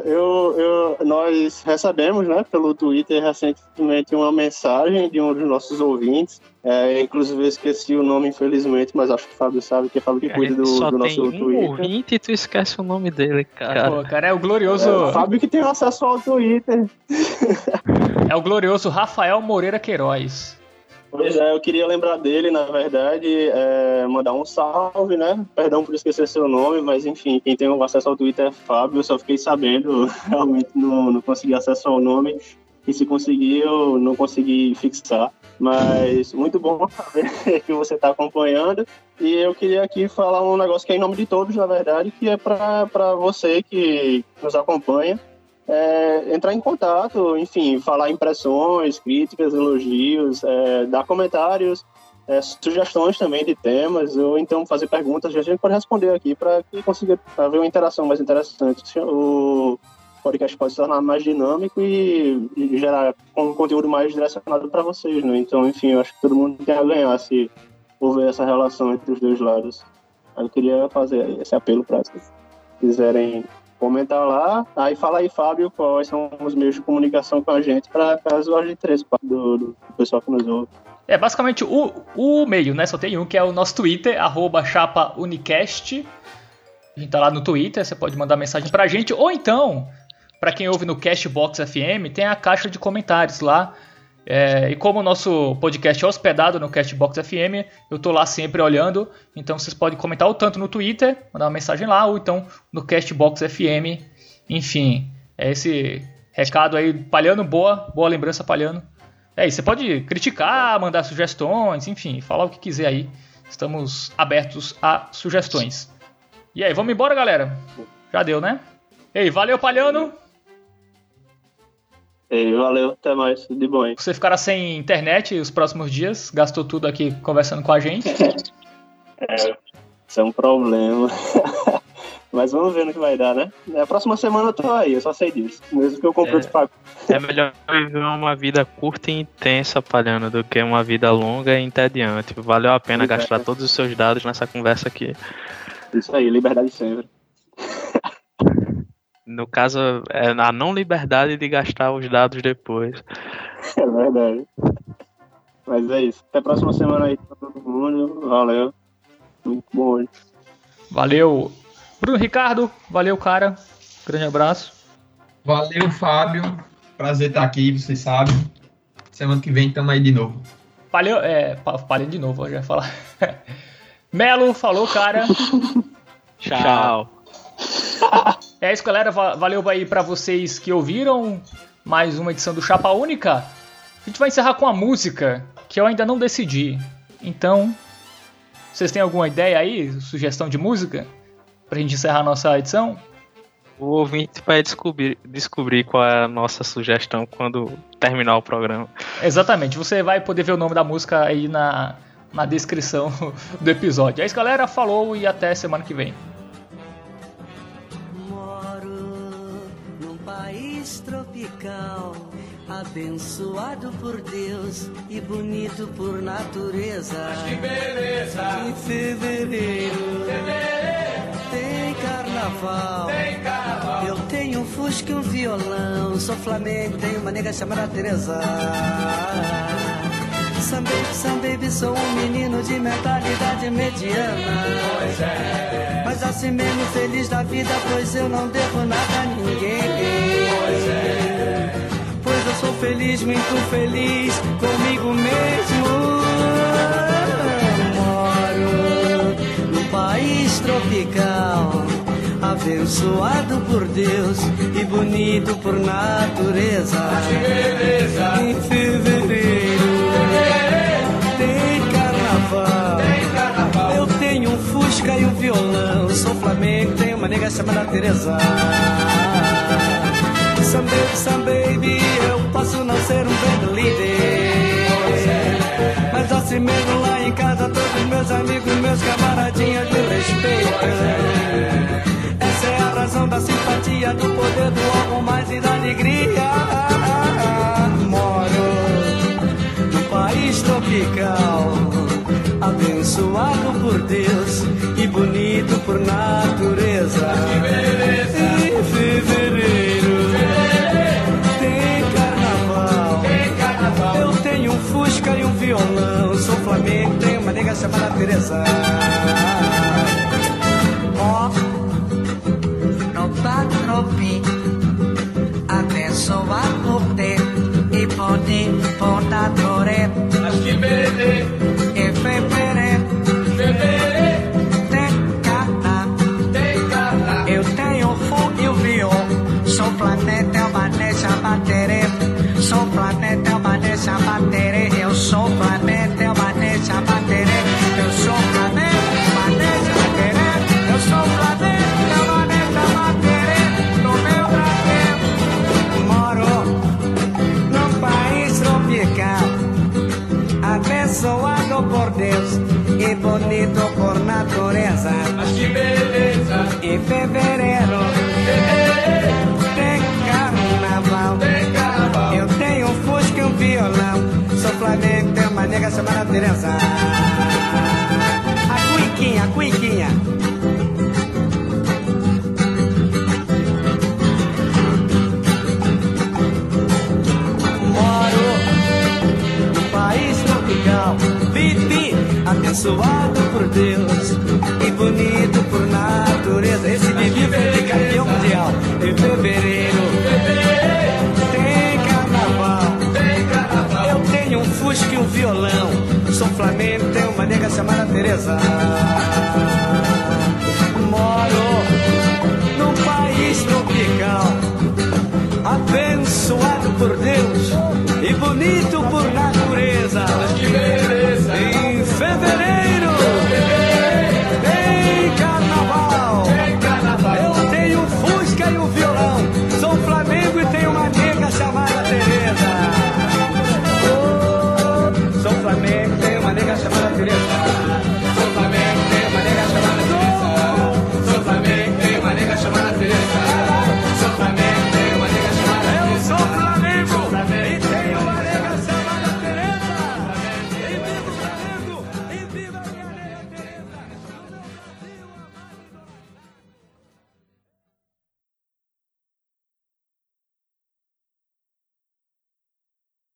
[SPEAKER 3] Nós recebemos, né, pelo Twitter recentemente uma mensagem de um dos nossos ouvintes. Inclusive eu esqueci o nome, infelizmente, mas acho que o Fábio sabe, que é o Fábio que cuida do nosso Twitter.
[SPEAKER 4] Só tem um ouvinte e tu esquece o nome dele, cara.
[SPEAKER 1] Pô, cara, é o glorioso...
[SPEAKER 3] O Fábio que tem acesso ao Twitter.
[SPEAKER 1] É o glorioso Rafael Moreira Queiroz.
[SPEAKER 3] Pois é, eu queria lembrar dele, na verdade, mandar um salve, né? Perdão por esquecer seu nome, mas enfim, quem tem acesso ao Twitter é Fábio, eu só fiquei sabendo, realmente não consegui acesso ao nome, e se conseguir, eu não consegui fixar. Mas muito bom saber que você está acompanhando, e eu queria aqui falar um negócio que é em nome de todos, na verdade, que é para você que nos acompanha. Entrar em contato, enfim, falar impressões, críticas, elogios, dar comentários, sugestões também de temas, ou então fazer perguntas, a gente pode responder aqui para que consiga haver uma interação mais interessante. O podcast pode se tornar mais dinâmico e gerar um conteúdo mais direcionado para vocês, né? Então, enfim, eu acho que todo mundo tem a ganhar se houver essa relação entre os dois lados. Eu queria fazer esse apelo para vocês, se quiserem comentar lá. Aí fala aí, Fábio, quais são os meios de comunicação com a gente para caso a gente interesse do pessoal que nos ouve.
[SPEAKER 1] Basicamente o meio, né? Só tem um, que é o nosso Twitter, @ChapaUnicast. A gente tá lá no Twitter, você pode mandar mensagem pra gente. Ou então, pra quem ouve no Castbox FM, tem a caixa de comentários lá. E como o nosso podcast é hospedado no Castbox FM, eu tô lá sempre olhando, então vocês podem comentar ou tanto no Twitter, mandar uma mensagem lá, ou então no Castbox FM. Enfim, é esse recado aí, Palhano, boa lembrança, Palhano. Você pode criticar, mandar sugestões, enfim, falar o que quiser aí, estamos abertos a sugestões. E aí, vamos embora, galera? Já deu, né? Ei, valeu, Palhano!
[SPEAKER 3] Valeu, até mais, de bom, hein?
[SPEAKER 1] Você ficará sem internet os próximos dias, gastou tudo aqui conversando com a gente.
[SPEAKER 3] Isso é um problema. Mas vamos ver no que vai dar, né? A próxima semana eu tô aí, eu só sei disso. Mesmo que eu compre outro pacote.
[SPEAKER 4] É melhor viver uma vida curta e intensa, Palhano, do que uma vida longa e entediante. Valeu a pena gastar todos os seus dados nessa conversa aqui.
[SPEAKER 3] Isso aí, liberdade sempre.
[SPEAKER 4] No caso, é a não liberdade de gastar os dados depois.
[SPEAKER 3] É verdade. Mas é isso. Até a próxima semana aí pra todo mundo. Valeu. Muito bom hoje.
[SPEAKER 1] Valeu, Bruno Ricardo. Valeu, cara. Grande abraço.
[SPEAKER 2] Valeu, Fábio. Prazer estar aqui, vocês sabem. Semana que vem estamos aí de novo.
[SPEAKER 1] Valeu, falei de novo, eu já ia falar. Melo, falou, cara.
[SPEAKER 4] Tchau.
[SPEAKER 1] É isso, galera. Valeu aí pra vocês que ouviram mais uma edição do Chapa Única. A gente vai encerrar com a música que eu ainda não decidi. Então, vocês têm alguma ideia aí, sugestão de música, pra gente encerrar a nossa edição?
[SPEAKER 4] O ouvinte vai descobrir qual é a nossa sugestão quando terminar o programa.
[SPEAKER 1] Exatamente, você vai poder ver o nome da música aí na descrição do episódio. É isso, galera. Falou e até semana que vem.
[SPEAKER 6] Tropical, abençoado por Deus e bonito por natureza.
[SPEAKER 7] Mas que beleza!
[SPEAKER 6] Em fevereiro tem carnaval.
[SPEAKER 7] Tem carnaval.
[SPEAKER 6] Eu tenho um Fusca e um violão. Sou flamengo, tenho uma nega chamada Teresa. Some baby, sou um menino de mentalidade mediana. Pois é. Mas assim mesmo feliz da vida, pois eu não devo nada a ninguém. Pois é. Pois eu sou feliz, muito feliz comigo mesmo. Moro num país tropical, abençoado por Deus e bonito por natureza. Que beleza! Em fevereiro tem carnaval. Eu tenho um Fusca e um violão. Sou flamengo, tenho uma nega chamada Teresa. Some baby, eu posso não ser um band líder, mas assim mesmo lá em casa todos meus amigos, meus camaradinhas me respeitam. Essa é a razão da simpatia, do poder do algo mais e da alegria. Moro num país tropical, abençoado por Deus e bonito por natureza. Em fevereiro tem carnaval. Eu tenho um Fusca e um violão. Sou flamengo, tenho uma nega chamada Teresa. Ó, tropi, abençoado por Deus e bonito por natureza. Mas que beleza! Em fevereiro tem carnaval. Eu tenho um fogo e um viol. Sou planeta, é uma deixa bater. Sou planeta, é uma deixa bater. Eu sou planeta, é uma deixa bater. Eu sou planeta, uma deixa bater. Eu sou planeta, é uma deixa bater. No meu Brasil, moro num país tropical, abençoado por Deus e bonito por natureza. Mas que beleza! Em fevereiro tem carnaval. Eu tenho um Fusca e um violão. Sou flamengo, tenho uma nega chamada Teresa. A cuiquinha. Moro num país tropical, abençoado por Deus e bonito por natureza. Esse Bibi foi campeão mundial. Em fevereiro tem carnaval. Eu tenho um Fusca e um violão. Sou flamengo, tenho uma nega chamada Teresa.